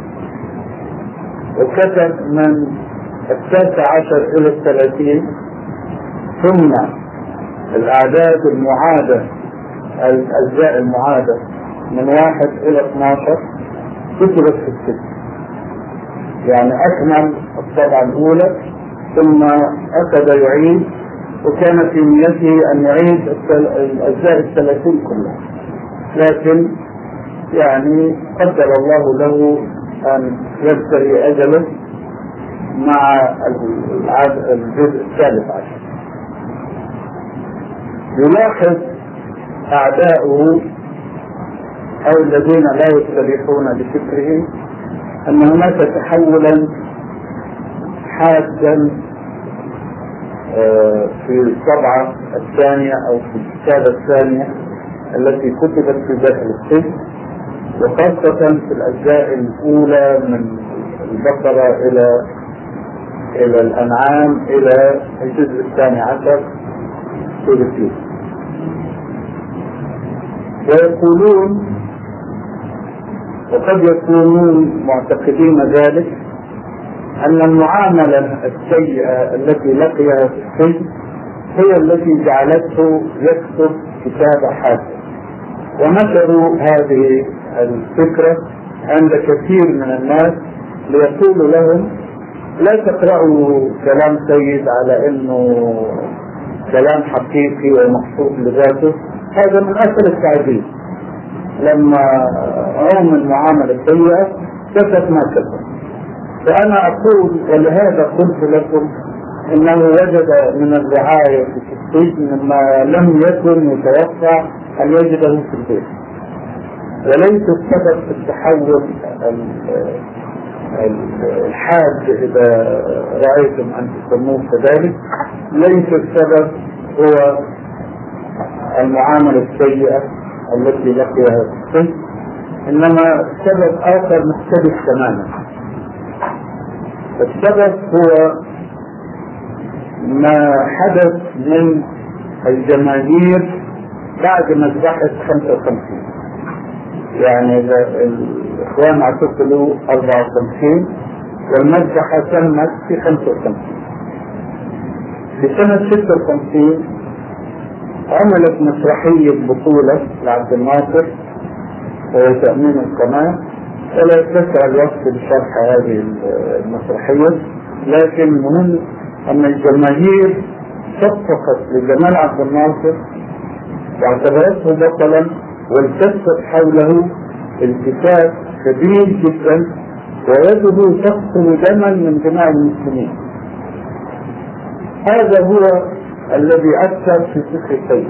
وكتب من 19 إلى 30، ثم الأعداد المعادة الأجزاء المعادة من 1 إلى 12 كتبت في السجن. يعني أكمل الطبعة الأولى ثم أخذ يعيد، وكان في نيته أن يعيد الأجزاء 30 كلها، لكن يعني قدر الله له أن يبتغي أجله مع الجزء 13. يلاحظ أعداؤه أو الذين لا يستريحون بفكره أن هناك تحولا حادا في الطبعة الثانية أو في الكتابة الثانية التي كتبت في داخل السجن، وخاصة في الأجزاء الأولى من البقرة إلى الأنعام إلى الجزء 12 ثلثين. ويقولون وقد يكونون معتقدين ذلك أن المعاملة السيئة التي لقيها في السجن هي التي جعلته يكتب كتاب حاد. ونشروا هذه الفكرة عند كثير من الناس ليقولوا لهم لا تقرأوا كلام سيد على أنه كلام حقيقي ومحفوظ لذاته، هذا من أثر التعديل. لما رغم المعاملة السيئة كتب ما كتب. فأنا أقول ولهذا قلت لكم إنه وجد من الرعاية في السجن ما لم يكن يتوقع أن يجده في البيت، وليس السبب في التحول الحاد إذا رأيتم أن تسموه كذلك، ليس السبب هو المعاملة السيئة التي لقيها في السجن، إنما سبب آخر مختلف تماما. السبب هو ما حدث من الجماهير بعد مذبحة 55. يعني الإخوان اعتقلوا 54 والمذبحة تمت في 55. في سنة 56 عملت مسرحية بطولة لعبد الناصر وتأمين القناة، ولا يتسع الوقت لشرح هذه المسرحية، لكن المهم أن الجماهير صفقت لجمال عبد الناصر واعتبرته بطلا، والتفت حوله التفات كبير جدا، ويده تقتل دما من دماء المسلمين. هذا هو الذي أثر في فكر السيد.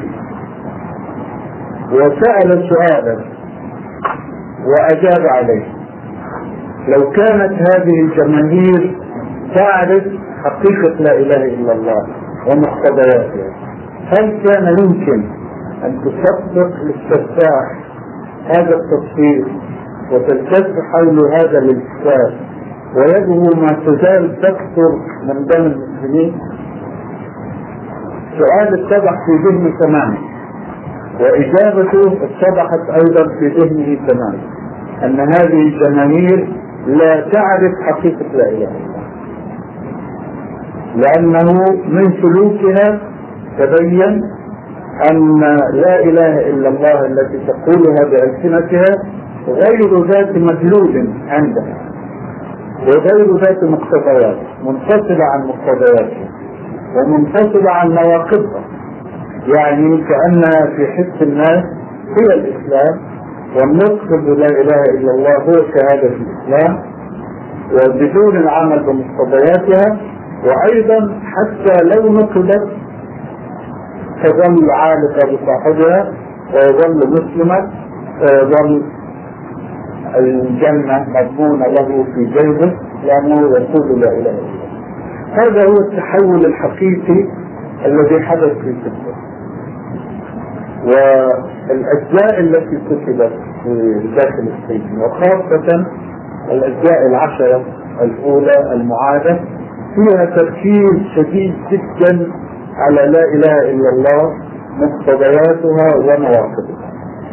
وسأل سؤالا وأجاب عليه: لو كانت هذه الجماهير تعرف حقيقة لا إله إلا الله ومقتضياتها، هل كان يمكن أن تصدق للسفاح هذا التصوير وتلتف حول هذا الالتفات ويده ما تزال تكثر من دم المسلمين؟ سؤال اتضح في ذهنه تماما، وإجابته اتضحت أيضا في ذهنه تماما، أن هذه الجماهير لا تعرف حقيقة لا إله إلا الله، لأنه من سلوكها تبين أن لا إله إلا الله التي تقولها بألسنتها غير ذات مدلول عندها وغير ذات مقتضيات، منفصلة عن مقتضياتها ومنفصلة عن نواقضها. يعني كأنها في حس الناس هي الإسلام، والنطق بلا إله إلا الله هو شهادة الإسلام، وبدون العمل بمقتضياتها. وأيضا حتى لو نقلت تظل عالقة بصاحبها ويظل مسلما، ويظل الجنة مضمونة له في جيبه لأنه يقول لا إله إلا الله. هذا هو التحول الحقيقي الذي حدث في الفكرة. والأجزاء التي كتبت في داخل السجن، وخاصة الأجزاء 10 الأولى المعادة، فيها تركيز شديد جدا على لا إله إلا الله، مقتضياتها ونواقضها،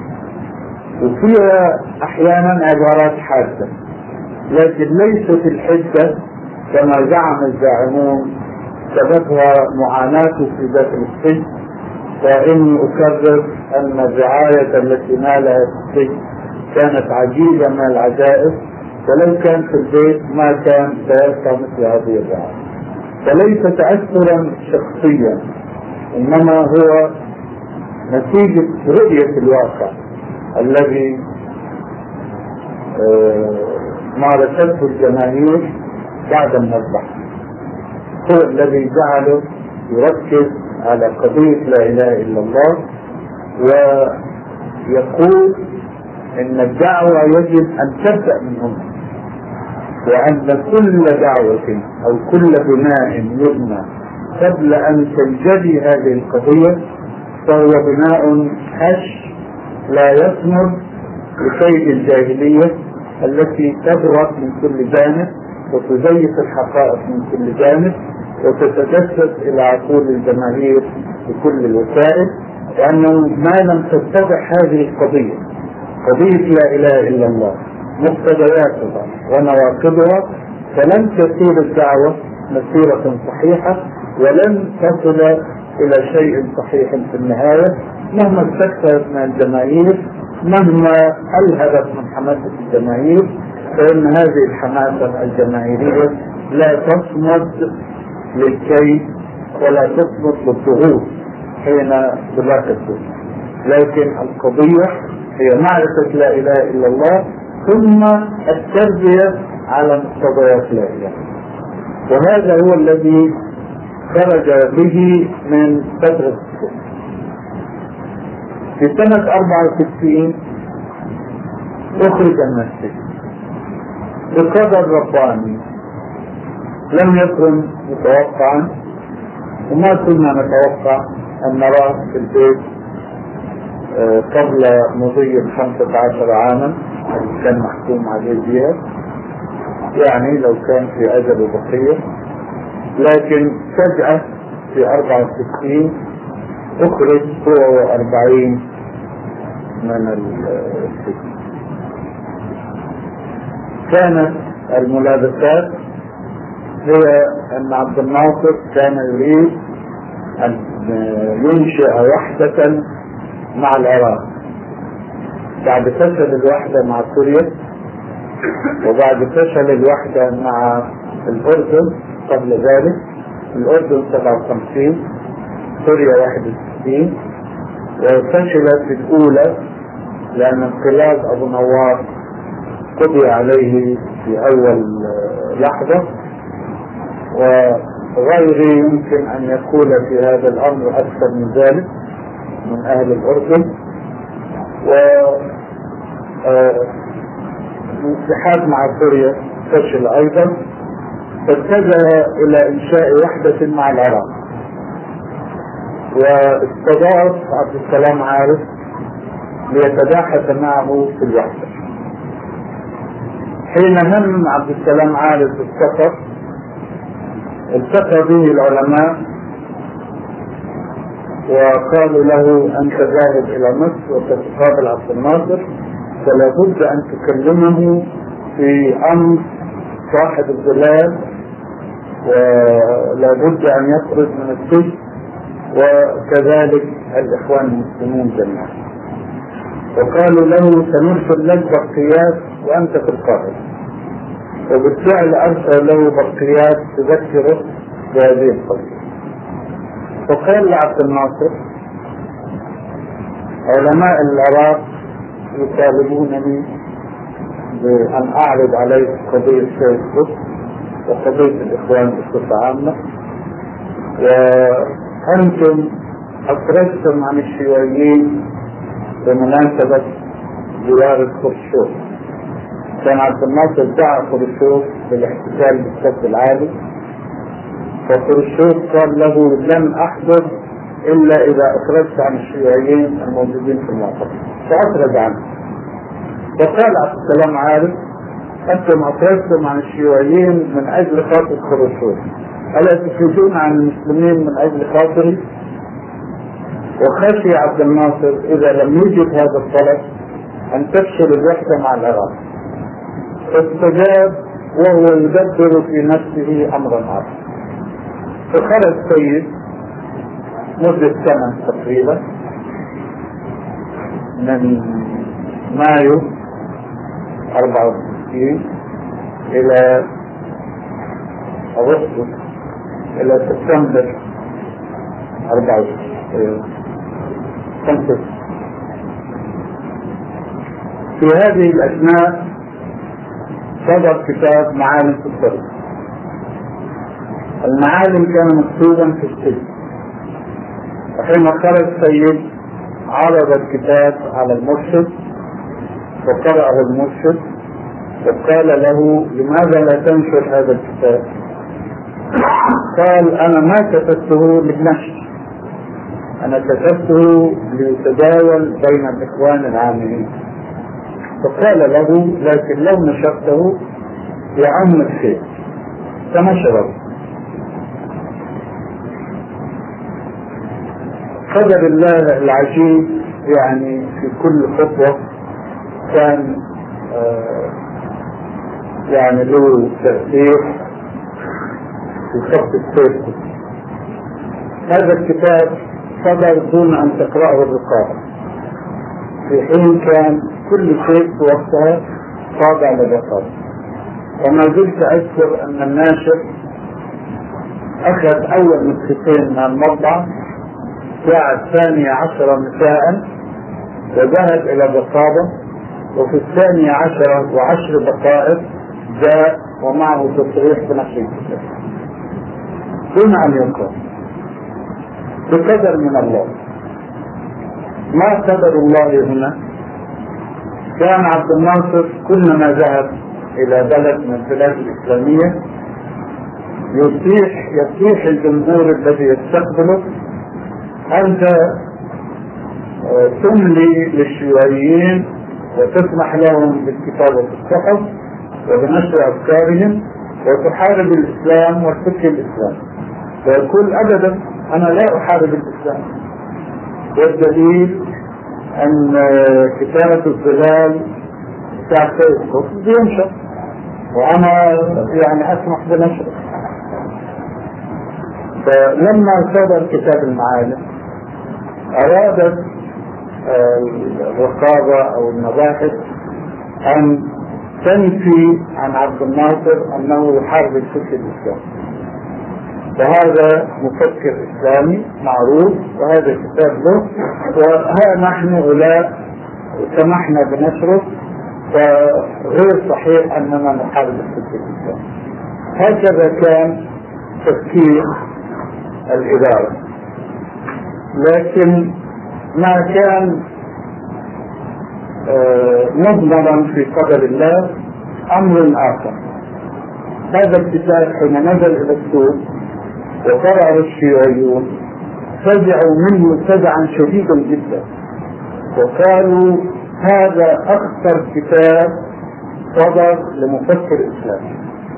وفيها أحيانا عبارات حادة، لكن ليست الحدة كما زعم الزاعمون سببها معاناته في داخل السجن. وإني أكرر أن الرعاية التي نالها في السجن كانت عجيبة من العجائب، ولو كان في البيت ما كان سيلقى مثل هذه الرعاية. فليس تأثرا شخصيا، إنما هو نتيجة رؤية الواقع الذي مارسته الجماهير بعد النصح، هو الذي جعله يركز على قضية لا إله إلا الله، ويقول إن الدعوة يجب أن تبدأ من هنا، وأن كل دعوة أو كل بناء يبنى قبل أن تنجلي هذه القضية فهو بناء هش لا يثمر لكيد الجاهلية التي تبرق من كل جانب وتزيف الحقائق من كل جانب وتتجسد إلى عقول الجماهير بكل الوسائل، لأنه ما لم تتضح هذه القضية، قضية لا إله إلا الله، مقتضياتها ونواقضها، فلن تسير الدعوة مسيرة صحيحة ولن تصل إلى شيء صحيح في النهاية، مهما استكثرت من الجماهير، مهما ألهبت من حماسة الجماهير، فإن هذه الحماسة الجماهيرية لا تصمد للكيد ولا تصمد للضغوط حين تلاقي، لكن القضية هي معرفة لا إله إلا الله ثم التربية على مقتضيات لا إله، وهذا هو الذي خرج به من فترة السجن. في سنة 64 أخرج من السجن بقدر رباني لم يكن متوقعا، وما كنا نتوقع أن نراه في البيت قبل مضي 15 عاما كان محكوم عليه بها، يعني لو كان في أجل بقية، لكن فجأة في 64 أخرج هو 40 من السجن. كانت الملابسات هي أن عبد الناصر كان يريد أن ينشئ وحدة مع العراق بعد فشل الوحدة مع سوريا، وبعد فشل الوحدة مع الأردن قبل ذلك، الأردن 57 سوريا 61، وفشلت الأولى لأن انقلاب أبو نوار قضي عليه في أول لحظة، وغيري يمكن أن يقول في هذا الأمر أكثر من ذلك من أهل الأردن. الاتحاد مع سوريا فشل أيضا، فاتجه إلى إنشاء وحدة مع العراق، واستضاف عبد السلام عارف ليتباحث معه في الوحدة. حين هم عبد السلام عارف بالسفر التقى به العلماء وقالوا له أنت ذاهب إلى مصر وتتقابل عبد الناصر، فلا بد أن تكلمه في أمر صاحب الظلال، ولا بد أن يخرج من السجن، وكذلك الإخوان المسلمين جميعا. وقالوا له سنرسل لك برقيات وأنت في القاهرة، وبالفعل أرسل له برقيات تذكره بهذه القضية. فقال لعبد الناصر علماء العراق يطالبونني بأن أعرض عليه قضية الشيخ قطب وقضية الإخوان بصفة عامة، وأنتم أخرجتم عن الشيوعيين بمناسبة زيارة خرشوف. كان عبد الناصر دعا خرشوف بالاحتفال بالصف العالي، فخرشوف قال له لن أحضر إلا إذا أخرجت عن الشيوعيين الموجودين في المعتقل، فأخرج عنه. فقال عبد السلام عارف أنتم أخرجتم عن الشيوعيين من أجل خاطر خرشوف، ألا تفيدون عن المسلمين من أجل خاطري؟ وخشي عبد الناصر إذا لم يجد هذا الطلب أن تفشل الوحدة مع العراق، فاستجاب وهو يدبر في نفسه أمرا آخر. فخرج السيد مدة سنة تقريبا من مايو 64 إلى أغسطس إلى سبتمبر 64. في هذه الأثناء صدر كتاب معالم في الطريق. المعالم كان مكتوبا في السجن، وحين خرج السيد عرض الكتاب على المرشد وقرأه المرشد وقال له: لماذا لا تنشر هذا الكتاب؟ قال: أنا ما كتبته للنشر، أنا كتبته ليتداول بين الإخوان العاملين. فقال له: لكن لو نشرته يعم الخير. فنشره. قدر الله العجيب يعني في كل خطوة كان يعني له تأثير في خط السير. هذا الكتاب صدر دون أن تقرأه الرقابة، في حين كان كل شيء في وقتها خاضع للرقابة. وما زلت أذكر أن الناشر أخذ أول نسختين من المطبعة الساعة 12 مساء وذهب إلى الرقابة، وفي 12:10 جاء ومعه تصريح بنشر الكتاب دون أن يقرأ، بقدر من الله. ما قدر الله هنا. كان عبد الناصر كلما ذهب إلى بلد من البلاد الإسلامية يصيح الجمهور الذي يستقبله: أنت تملي للشيوعيين وتسمح لهم بالكتابة في الصحف وبنشر أفكارهم وتحارب الإسلام والفكر الإسلامي. فيقول: أبدا، أنا لا أحارب الإسلام، والدليل أن كتابة الظلال بتاع فيسبوك بينشر وأنا يعني أسمح بنشره. فلما صدر كتاب المعالم أرادت الرقابة أو المباحث أن تنفي عن عبد الناصر أنه يحارب الفكر الإسلامي، وهذا مفكر إسلامي معروف وهذا كتاب له، وها نحن أولاء سمحنا بنشره، فغير صحيح أننا نحارب الفكر الإسلامي. هكذا كان تفكير الإدارة. لكن ما كان مضمرا في قدر الله أمر آخر. هذا الكتاب حين نزل إلى السوق وقرأه الشيوعيون فزعوا منه فزعا شديدا جدا، وقالوا: هذا أخطر كتاب صدر لمفكر إسلامي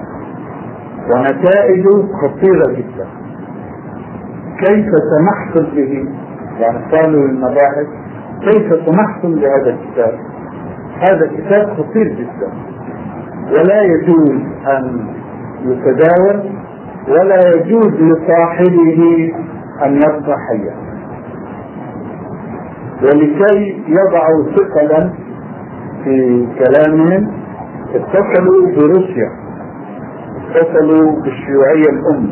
ونتائجه خطيرة جدا. كيف سمحتم به؟ يعني قالوا للمباحث: كيف سمحتم بهذا الكتاب؟ هذا كتاب خطير جدا ولا يجوز أن يتداول ولا يجوز لصاحبه أن يبقى حيا. ولكي يضعوا ثقلا في كلامهم اتصلوا بروسيا، اتصلوا بالشيوعية الأم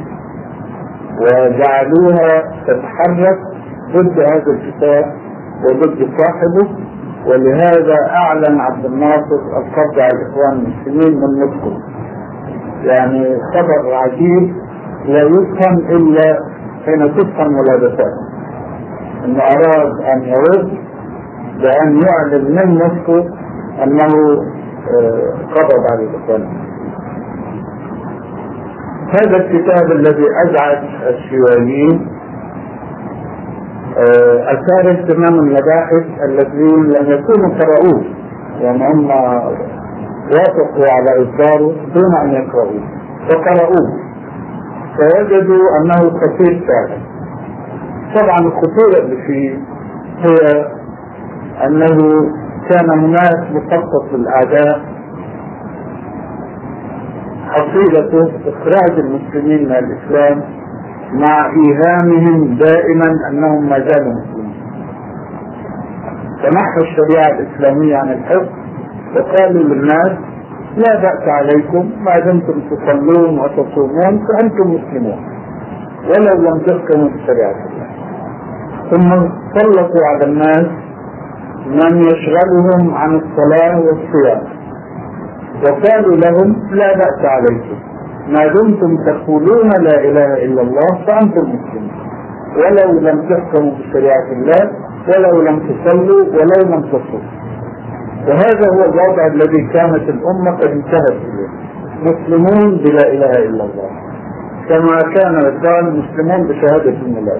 وجعلوها تتحرك ضد هذا الكتاب وضد صاحبه. ولهذا أعلن عبد الناصر القبض على الإخوان المسلمين من موسكو. يعني خبر عجيب لا يفهم إلا حين تفهم ملابساته، أنه أراد أن يرد بأن يعلن من موسكو أنه قبض على الإخوان. هذا الكتاب الذي أزعج الشيوعيين أثار اهتمام المباحث الذين لم يكونوا قرأوه، يعني هم وافقوا على إصداره دون أن يقرأوه وقرأوه. فوجدوا أنه خطير فعلا. طبعا الخطورة اللي فيه هي أنه كان هناك مخطط للأعداء حصيلته إخراج المسلمين من الإسلام مع إيهامهم دائما أنهم ما زالوا مسلمين. فنحوا الشريعة الإسلامية عن الحفظ وقالوا للناس لا بأس عليكم ما دمتم تصلون وتصومون فأنتم مسلمون ولو لم تحكموا بشريعة الله. ثم سلطوا على الناس من يشغلهم عن الصلاة والصيام وقالوا لهم لا بأس عليكم ما دمتم تقولون لا إله إلا الله فأنتم مسلمون ولو لم تحكموا بشريعة الله ولو لم تصلوا ولو لم تصوموا. وهذا هو الوضع الذي كانت الأمة قد انتهت إليه، مسلمون بلا إله إلا الله كما كان مسلمون بشهادة الميلاد.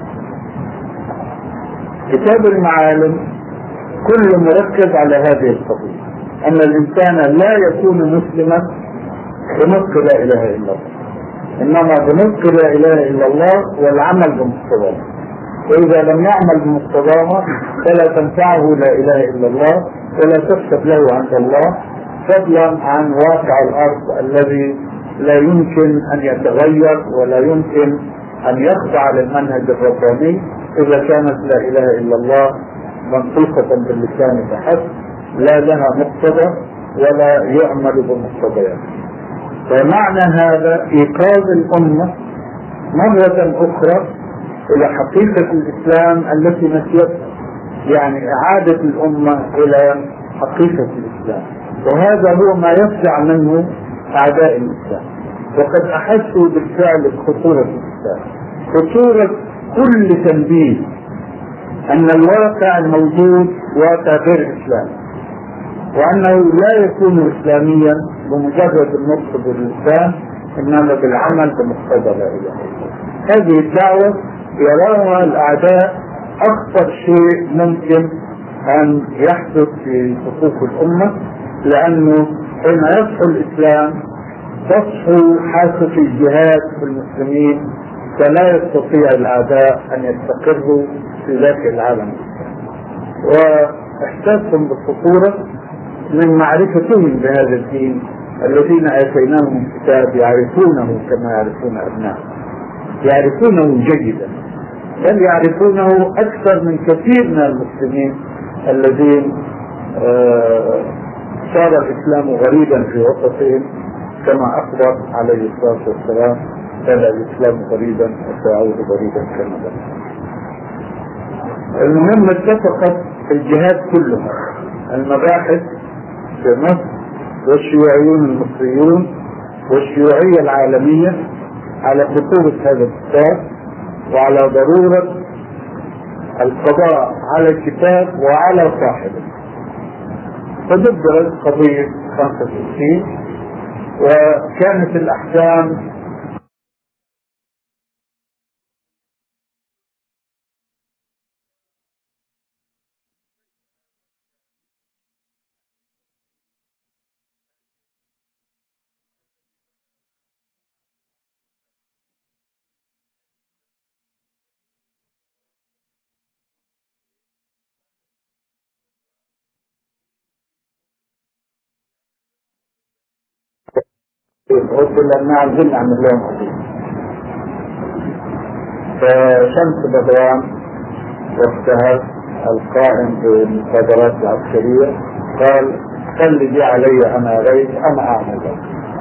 كتاب المعالم كله مركز على هذه القضية، أن الإنسان لا يكون مسلما بنطق لا إله إلا الله، إنما بنطق لا إله إلا الله والعمل بمقتضاها، وإذا لم يعمل بمقتضاها فلا تنفعه لا إله إلا الله ولا تكتب له عند الله، فضلا عن واقع الأرض الذي لا يمكن أن يتغير ولا يمكن أن يخضع للمنهج الرباني إذا كانت لا إله إلا الله منطوقة باللسان فحسب لا لها مقتضى ولا يعمل بمقتضيات. فمعنى هذا إيقاظ الأمة مرة أخرى إلى حقيقة الإسلام التي نسيتها، يعني إعادة الأمة إلى حقيقة الإسلام، وهذا هو ما يفزع منه أعداء الإسلام. وقد أحسوا بالفعل بخطورة الإسلام، خطورة كل تنبيه أن الواقع الموجود واقع غير إسلامي، وأنه لا يكون إسلاميا بمجرد النطق باللسان إنما بالعمل بمقتضى لا إله إلا الله. هذه الدعوة يراها الأعداء أخطر شيء ممكن أن يحدث في صفوف الأمة، لأنه حين يصحو الإسلام تصحو حاسة الجهاد في المسلمين، فلا يستطيع الأعداء أن يستقروا في ذاك العالم. واحساسهم بالخطورة من معرفتهم بهذا الدين الذين آتيناهم الكتاب يعرفونه كما يعرفون أبنائهم، يعرفونه جيدا، بل يعرفونه أكثر من كثير من المسلمين الذين صار الإسلام غريبا في وسطهم، كما أخبر عليه الصلاة والسلام كان الإسلام غريبا وسيعود غريبا كما بدأ. المهم اتفقت الجهات كلها، المباحث في مصر والشيوعيون المصريون والشيوعية العالمية، على خطورة هذا الكتاب وعلى ضرورة القضاء على الكتاب وعلى صاحبه. فدبرت قضية 65 وكانت الأحكام قلت لهم عايزين نعمل لهم قضية. فشمس بدوان وقتها القائم بالمخابرات العسكرية قال خلي دي علي أنا رئيس أنا أعمل لك.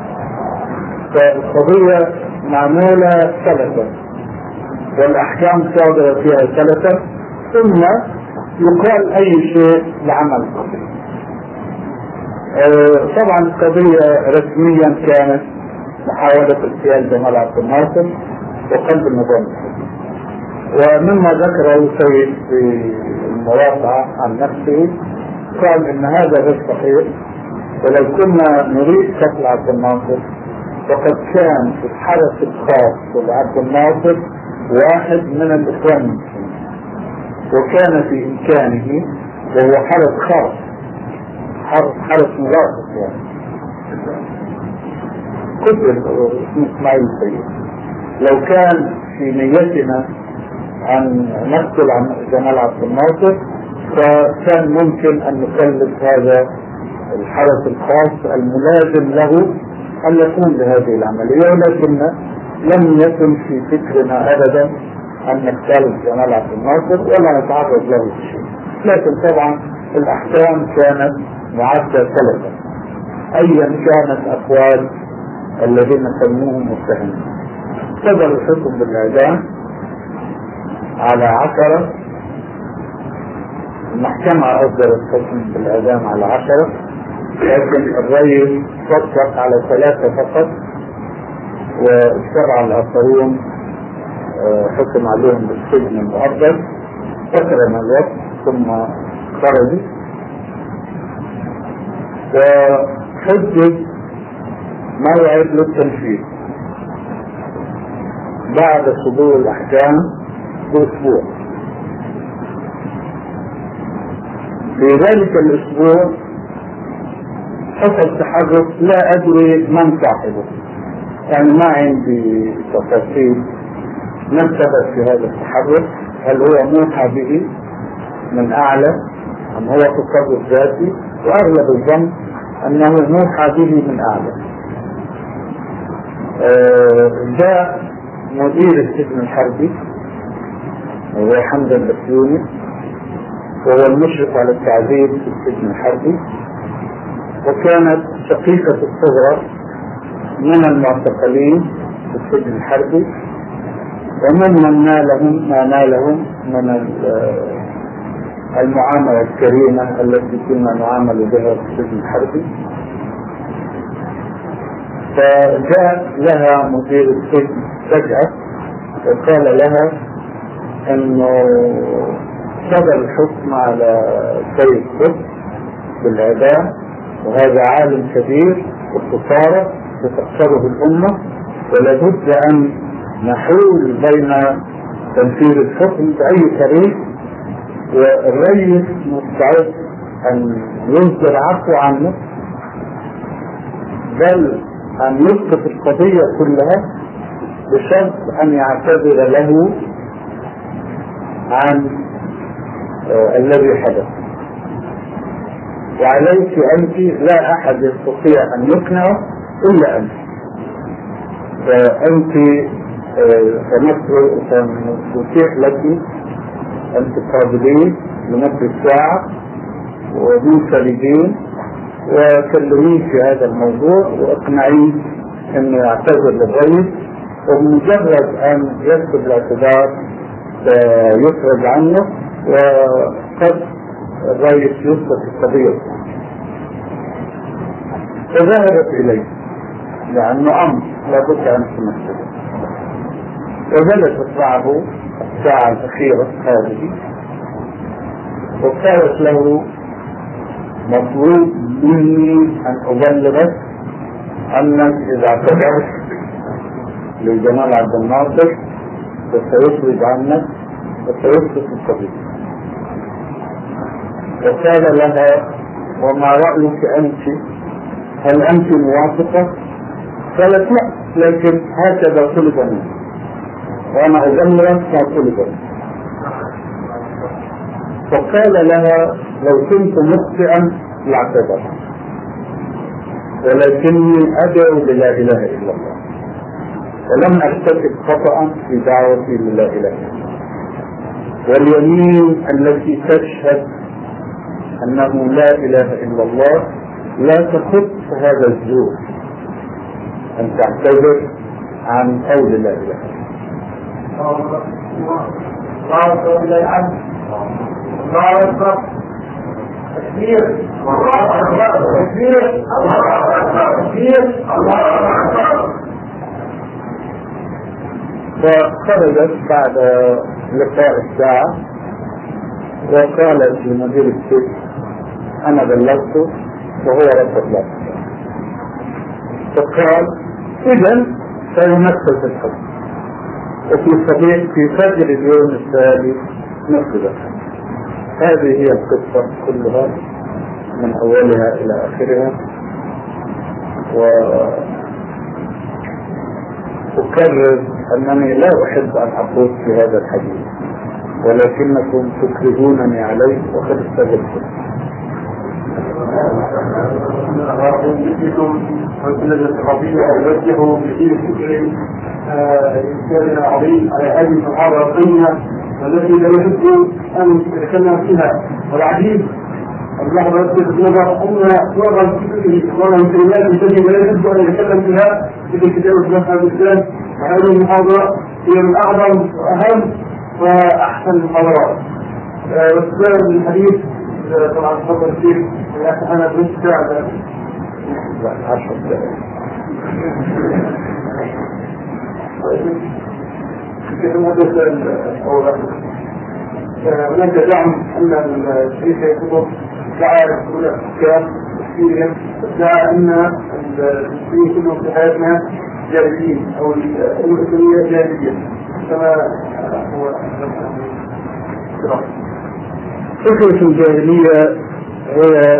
فالقضية معمولة ثلاثة والأحكام صادرة فيها ثلاثة، ثم يقال أي شيء لعمل القضية. طبعا القضية رسميا كانت محاولة اغتيال جمال عبد الناصر وقلب النظام الحكومي. ومما ذكره سيد في المراجعة عن نفسه قال ان هذا غير صحيح، ولو كنا نريد قتل عبد الناصر فقد كان في الحرس الخاص لعبد الناصر واحد من الاخوان المسلمين، وكان في امكانه، وهو حرس خاص حرس مغاصب يعني قتل اسمه اسماعيل السيد، لو كان في نيتنا أن نقتل عن جمال عبد الناصر فكان ممكن أن نكلف هذا الحرس الخاص الملازم له أن يقوم بهذه العملية، ولكن لم يكن في فكرنا أبدا أن نقتل جمال عبد الناصر ولا نتعرض له بشيء. لكن طبعا الأحكام كانت معدة ثلاثة أيا كانت أقوال الذين سموهم متهمين. صدر الحكم بالإعدام على 10، المحكمة أصدرت الحكم بالإعدام على 10، لكن الرئيس صدق على 3 فقط، والسبعة الآخرون حكم عليهم بالسجن المؤبد فترة من الوقت ثم خرجوا. وحدد موعد للتنفيذ بعد صدور الأحكام بأسبوع. في ذلك الأسبوع حصل تحرك لا أدري من صاحبه، يعني ما عندي تفاصيل من سبب في هذا التحرك، هل هو موحى به من أعلى أم هو تصرف ذاتي، وأغلب الظن أنه موحى به من أعلى. جاء مدير السجن الحربي وهو حمدان البسيوني، وهو المشرف على التعذيب في السجن الحربي، وكانت شقيقة الصغرى من المعتقلين في السجن الحربي، وممن نالهم ما نالهم من المعاملة الكريمة التي كنا نعامل بها في السجن الحربي. فجاء لها مدير السجن فجأة وقال لها انه صدر الحكم على سيد قطب بالإعدام، وهذا عالم كبير وخسارة تتأثره الأمة، ولابد أن نحول بين تنفيذ الحكم بأي طريق، والرئيس مستعد أن يصدر عفو عنه، بل أن يسقط القضية كلها بشرط أن يعتذر له عن الذي حدث. وعليك أنت لا أحد يستطيع أن يقنعه إلا أنت، فأنت سنتيح لك أن تقابلين لمدة ساعة ومنفردين وكلمين في هذا الموضوع وأقنعيه أنه يعتذر للرئيس، وبمجرد أن يكتب الاعتذار يخرج عنه وقد الرئيس يسقط القضية. فذهبت إليه لأنه أمر لابد أن تمثله، وجلست معه الساعة الأخيرة هذه وقالت له مطلوب مني أن أبلغك أنك إذا اعتذرت لجمال عبد الناصر فسيخرج عنك وسيسقط القضية. وقال لها وما رأيك أنت؟ هل أنت موافقة؟ قالت لا، لكن هكذا طلب مني وأنا أبلغك ما طلب مني. فقال لها لو كنت مخطئا لاعتذر، ولكني أدعو للا إله إلا الله، ولم أرتكب خطأ في دعوتي للا إله إلا الله، واليمين التي تشهد أنه لا إله إلا الله لا تخص هذا الزور أن تعتذر عن قول لا إله إلا الله. الله إلى العبد الله أكبر تكبير الله أكبر تكبير الله أكبر. فخرجت بعد لقاء الساعة وقالت لمدير السجن أنا بلغته وهو رفض له، فقال إذن سينفذ الحكم، وفي فجر اليوم التالي نفذ. هذه هي القصة كلها من أولها إلى آخرها. أكرر أنني لا أحب أن أخوض في هذا الحديث، ولكنكم تكرهونني عليه وقد استجبتم. والسنة الخطيبة يوجه بكثير الشكر إنسان عظيم على هذه المحاضرة القيمة والتي لا يحب أن يتكلم فيها. والعجيب الله يلفت النظر أن معظم الكلمات التي لا يحب أن يتكلم فيها في الكتاب والسنة الإسلام، وهذه المحاضرة هي من أعظم وأهم وأحسن المحاضرات. واستفاد من الحديث طبعا تفضل فيه أنا بنص ساعة 10 دقائق. هناك دعم أن الشريك يكون دعا كل الأحكام تفكيرهم، دعا أن المسلمين كلهم في حياتنا جاهلين أو الإسلامية جاهلية كما هو فكرة الجاهلية هي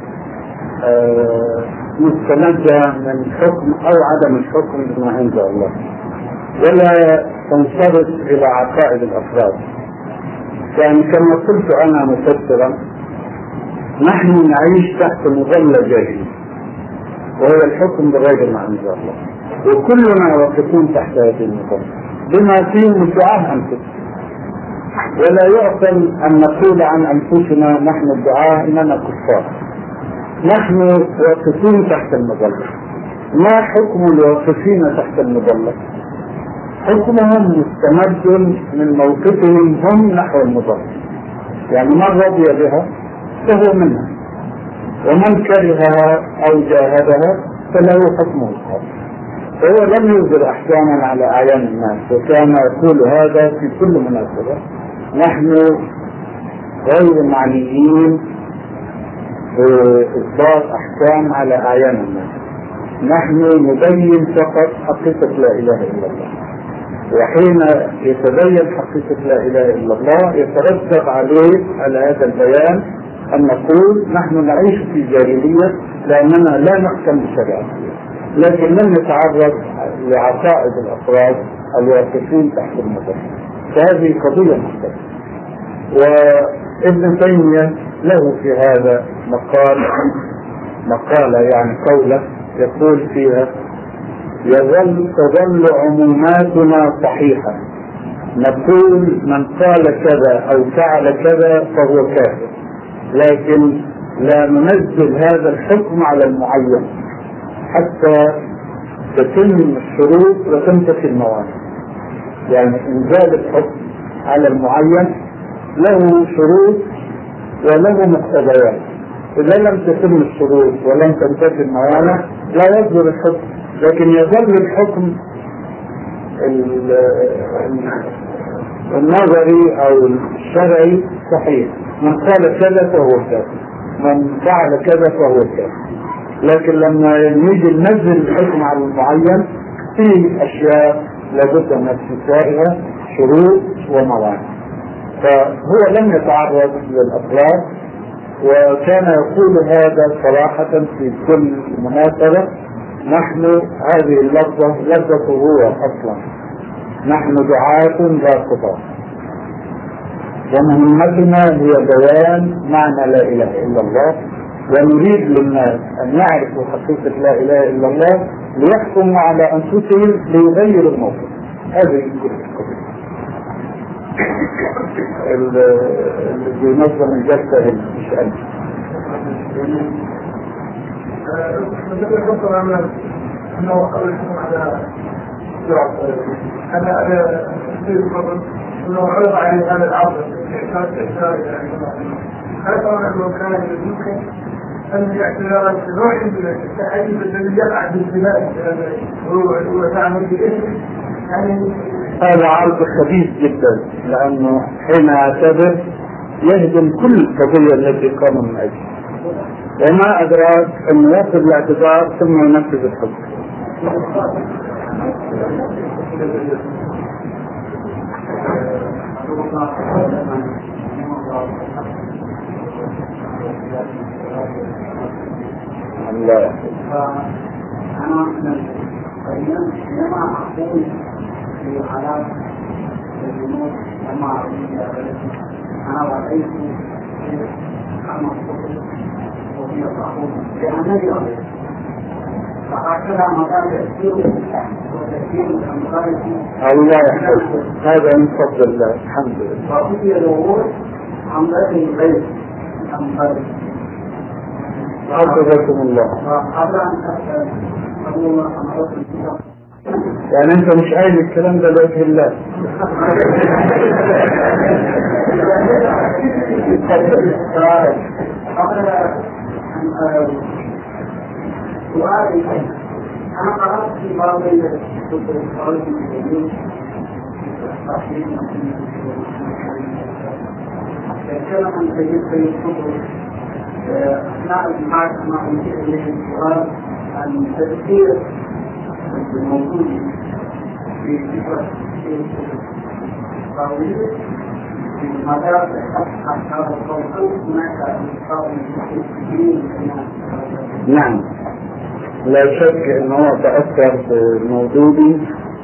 مستمدة من حكم أو عدم الحكم بما عند الله، ولا تنصرف إلى عقائد الأفراد. يعني كما قلت أنا مفسرا، نحن نعيش تحت مظلة جاهلية وهو الحكم بغير ما عند الله، وكلنا واقفون تحت هذه المظلة بما فيه الدعاء أنفسنا. ولا يعقل أن نقول عن أنفسنا نحن الدعاء إننا كفار. نحن واقفين تحت المظلة. ما حكم الواقفين تحت المظلة؟ حكمهم مستمد من موقفهم هم نحو المظلة. يعني من رضي بها فهو منها، ومن كرهها أو جاهدها فله حكمه الخاص. فهو لم يصدر أحكاما على أعيان الناس، وكان يقول هذا في كل مناسبة. نحن غير معنيين بإصدار أحكام على أعيان الناس، نحن نبين فقط حقيقة لا إله إلا الله. وحين يتبين حقيقة لا إله إلا الله يترتب على هذا البيان أن نقول نحن نعيش في جاهلية لأننا لا نحكم بشريعة، لكن لم نتعرض لعقائد الأفراد الواقفين تحت المظلة. فهذه قضية مختلفة. وابن تيمية له في هذا مقالة يعني قولة يقول فيها: تظل عموماتنا صحيحة، نقول من قال كذا أو فعل كذا فهو كافر، لكن لا ننزل هذا الحكم على المعين حتى تتم الشروط وتنتفي الموانع. يعني إنزال الحكم على المعين له شروط وله مقتضيات، إذا لم تتم الشروط ولم تنتفي الموانع لا يصدر الحكم، لكن يظل الحكم النظري أو الشرعي صحيح. من قال كذا فهو كافر، من فعل كذا فهو كافر. لكن لما نيجي ننزل الحكم على المعين فيه أشياء لابد من استثنائها، شروط وموانع. فهو لم يتعرض للأطلاق، وكان يقول هذا صراحة في كل مناسبة. نحن هذه اللفظة لفظة هو أصلا، نحن دعاة لا قضاة، ومهمتنا هي بيان معنى لا إله إلا الله، ونريد للناس أن يعرفوا حقيقة لا إله إلا الله ليحكموا على أنفسهم ليغيروا الموقف. هذه كل القضية. اللي بينظم الجلسة مش أنت. أنه قبل الحكم على أنا أنه عرض عليه هذا العرض هل طبعا أنه كان يمكن أن يعتبر نوع من التحديث الذي يقع بالدماء وتعمل بالإثم؟ يعني هذا عرض خبيث جدا، لأنه حين يعتبر يهدم كل القضية التي قام من أجلها، وما أدراك أن يأخذ الاعتبار ثم ينفذ الحكم. حينما أقول في حالات الجنود ومع أنا رأيت كما قلت وفي الصحوة لأنني رأيت فهكذا مدار تأثير وتأثير الأمثال الله يحفظك. هذا من فضل الله الحمد لله. وفي الأمور عن ذلك الغيب الأمثال حفظكم الله. قبل أن أسأل أقول أمرت الكتاب يعني أنت مش قايل الكلام ده لوجه الله. قبل أن سؤالي أنا قرأت في بعض الكتب الخارج المسلمين كان عن سيد قطب أثناء البحث مع إليه السؤال عن تفسير الموجود في فكرة الطاويل في مدار أصحاب القول هناك أصحاب المسلمين. نعم، لا شك أنه تأثر بموجودي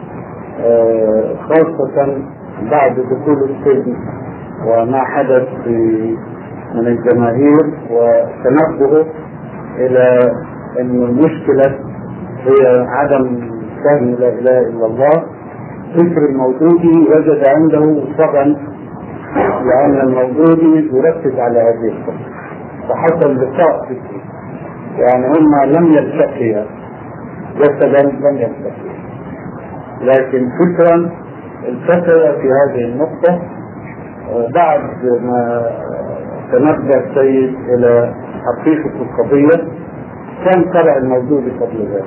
خاصة بعد دخول السجن وما حدث من الجماهير وتنبهه إلى أن المشكلة هي عدم فهم لا إله إلا الله. فكر الموجودي وجد عنده صدى لأن الموجودي يركز على هذه الفكرة فحصل لقاء فكري، يعني هم لم يلتقيا جسدا، لم يلتقيا، لكن فكرا التقيا في هذه النقطة بعد ما تنبه السيد إلى حقيقة القضية. كان قرأ الموجود قبل ذلك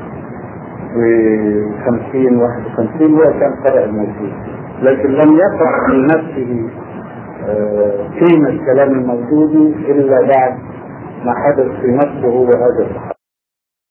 في 50-51 هو كان قرأ الموجود، لكن لم يقع من نفسه قيمة كلام الموجود إلا بعد ما حدث في نفسه هو هذا الحق.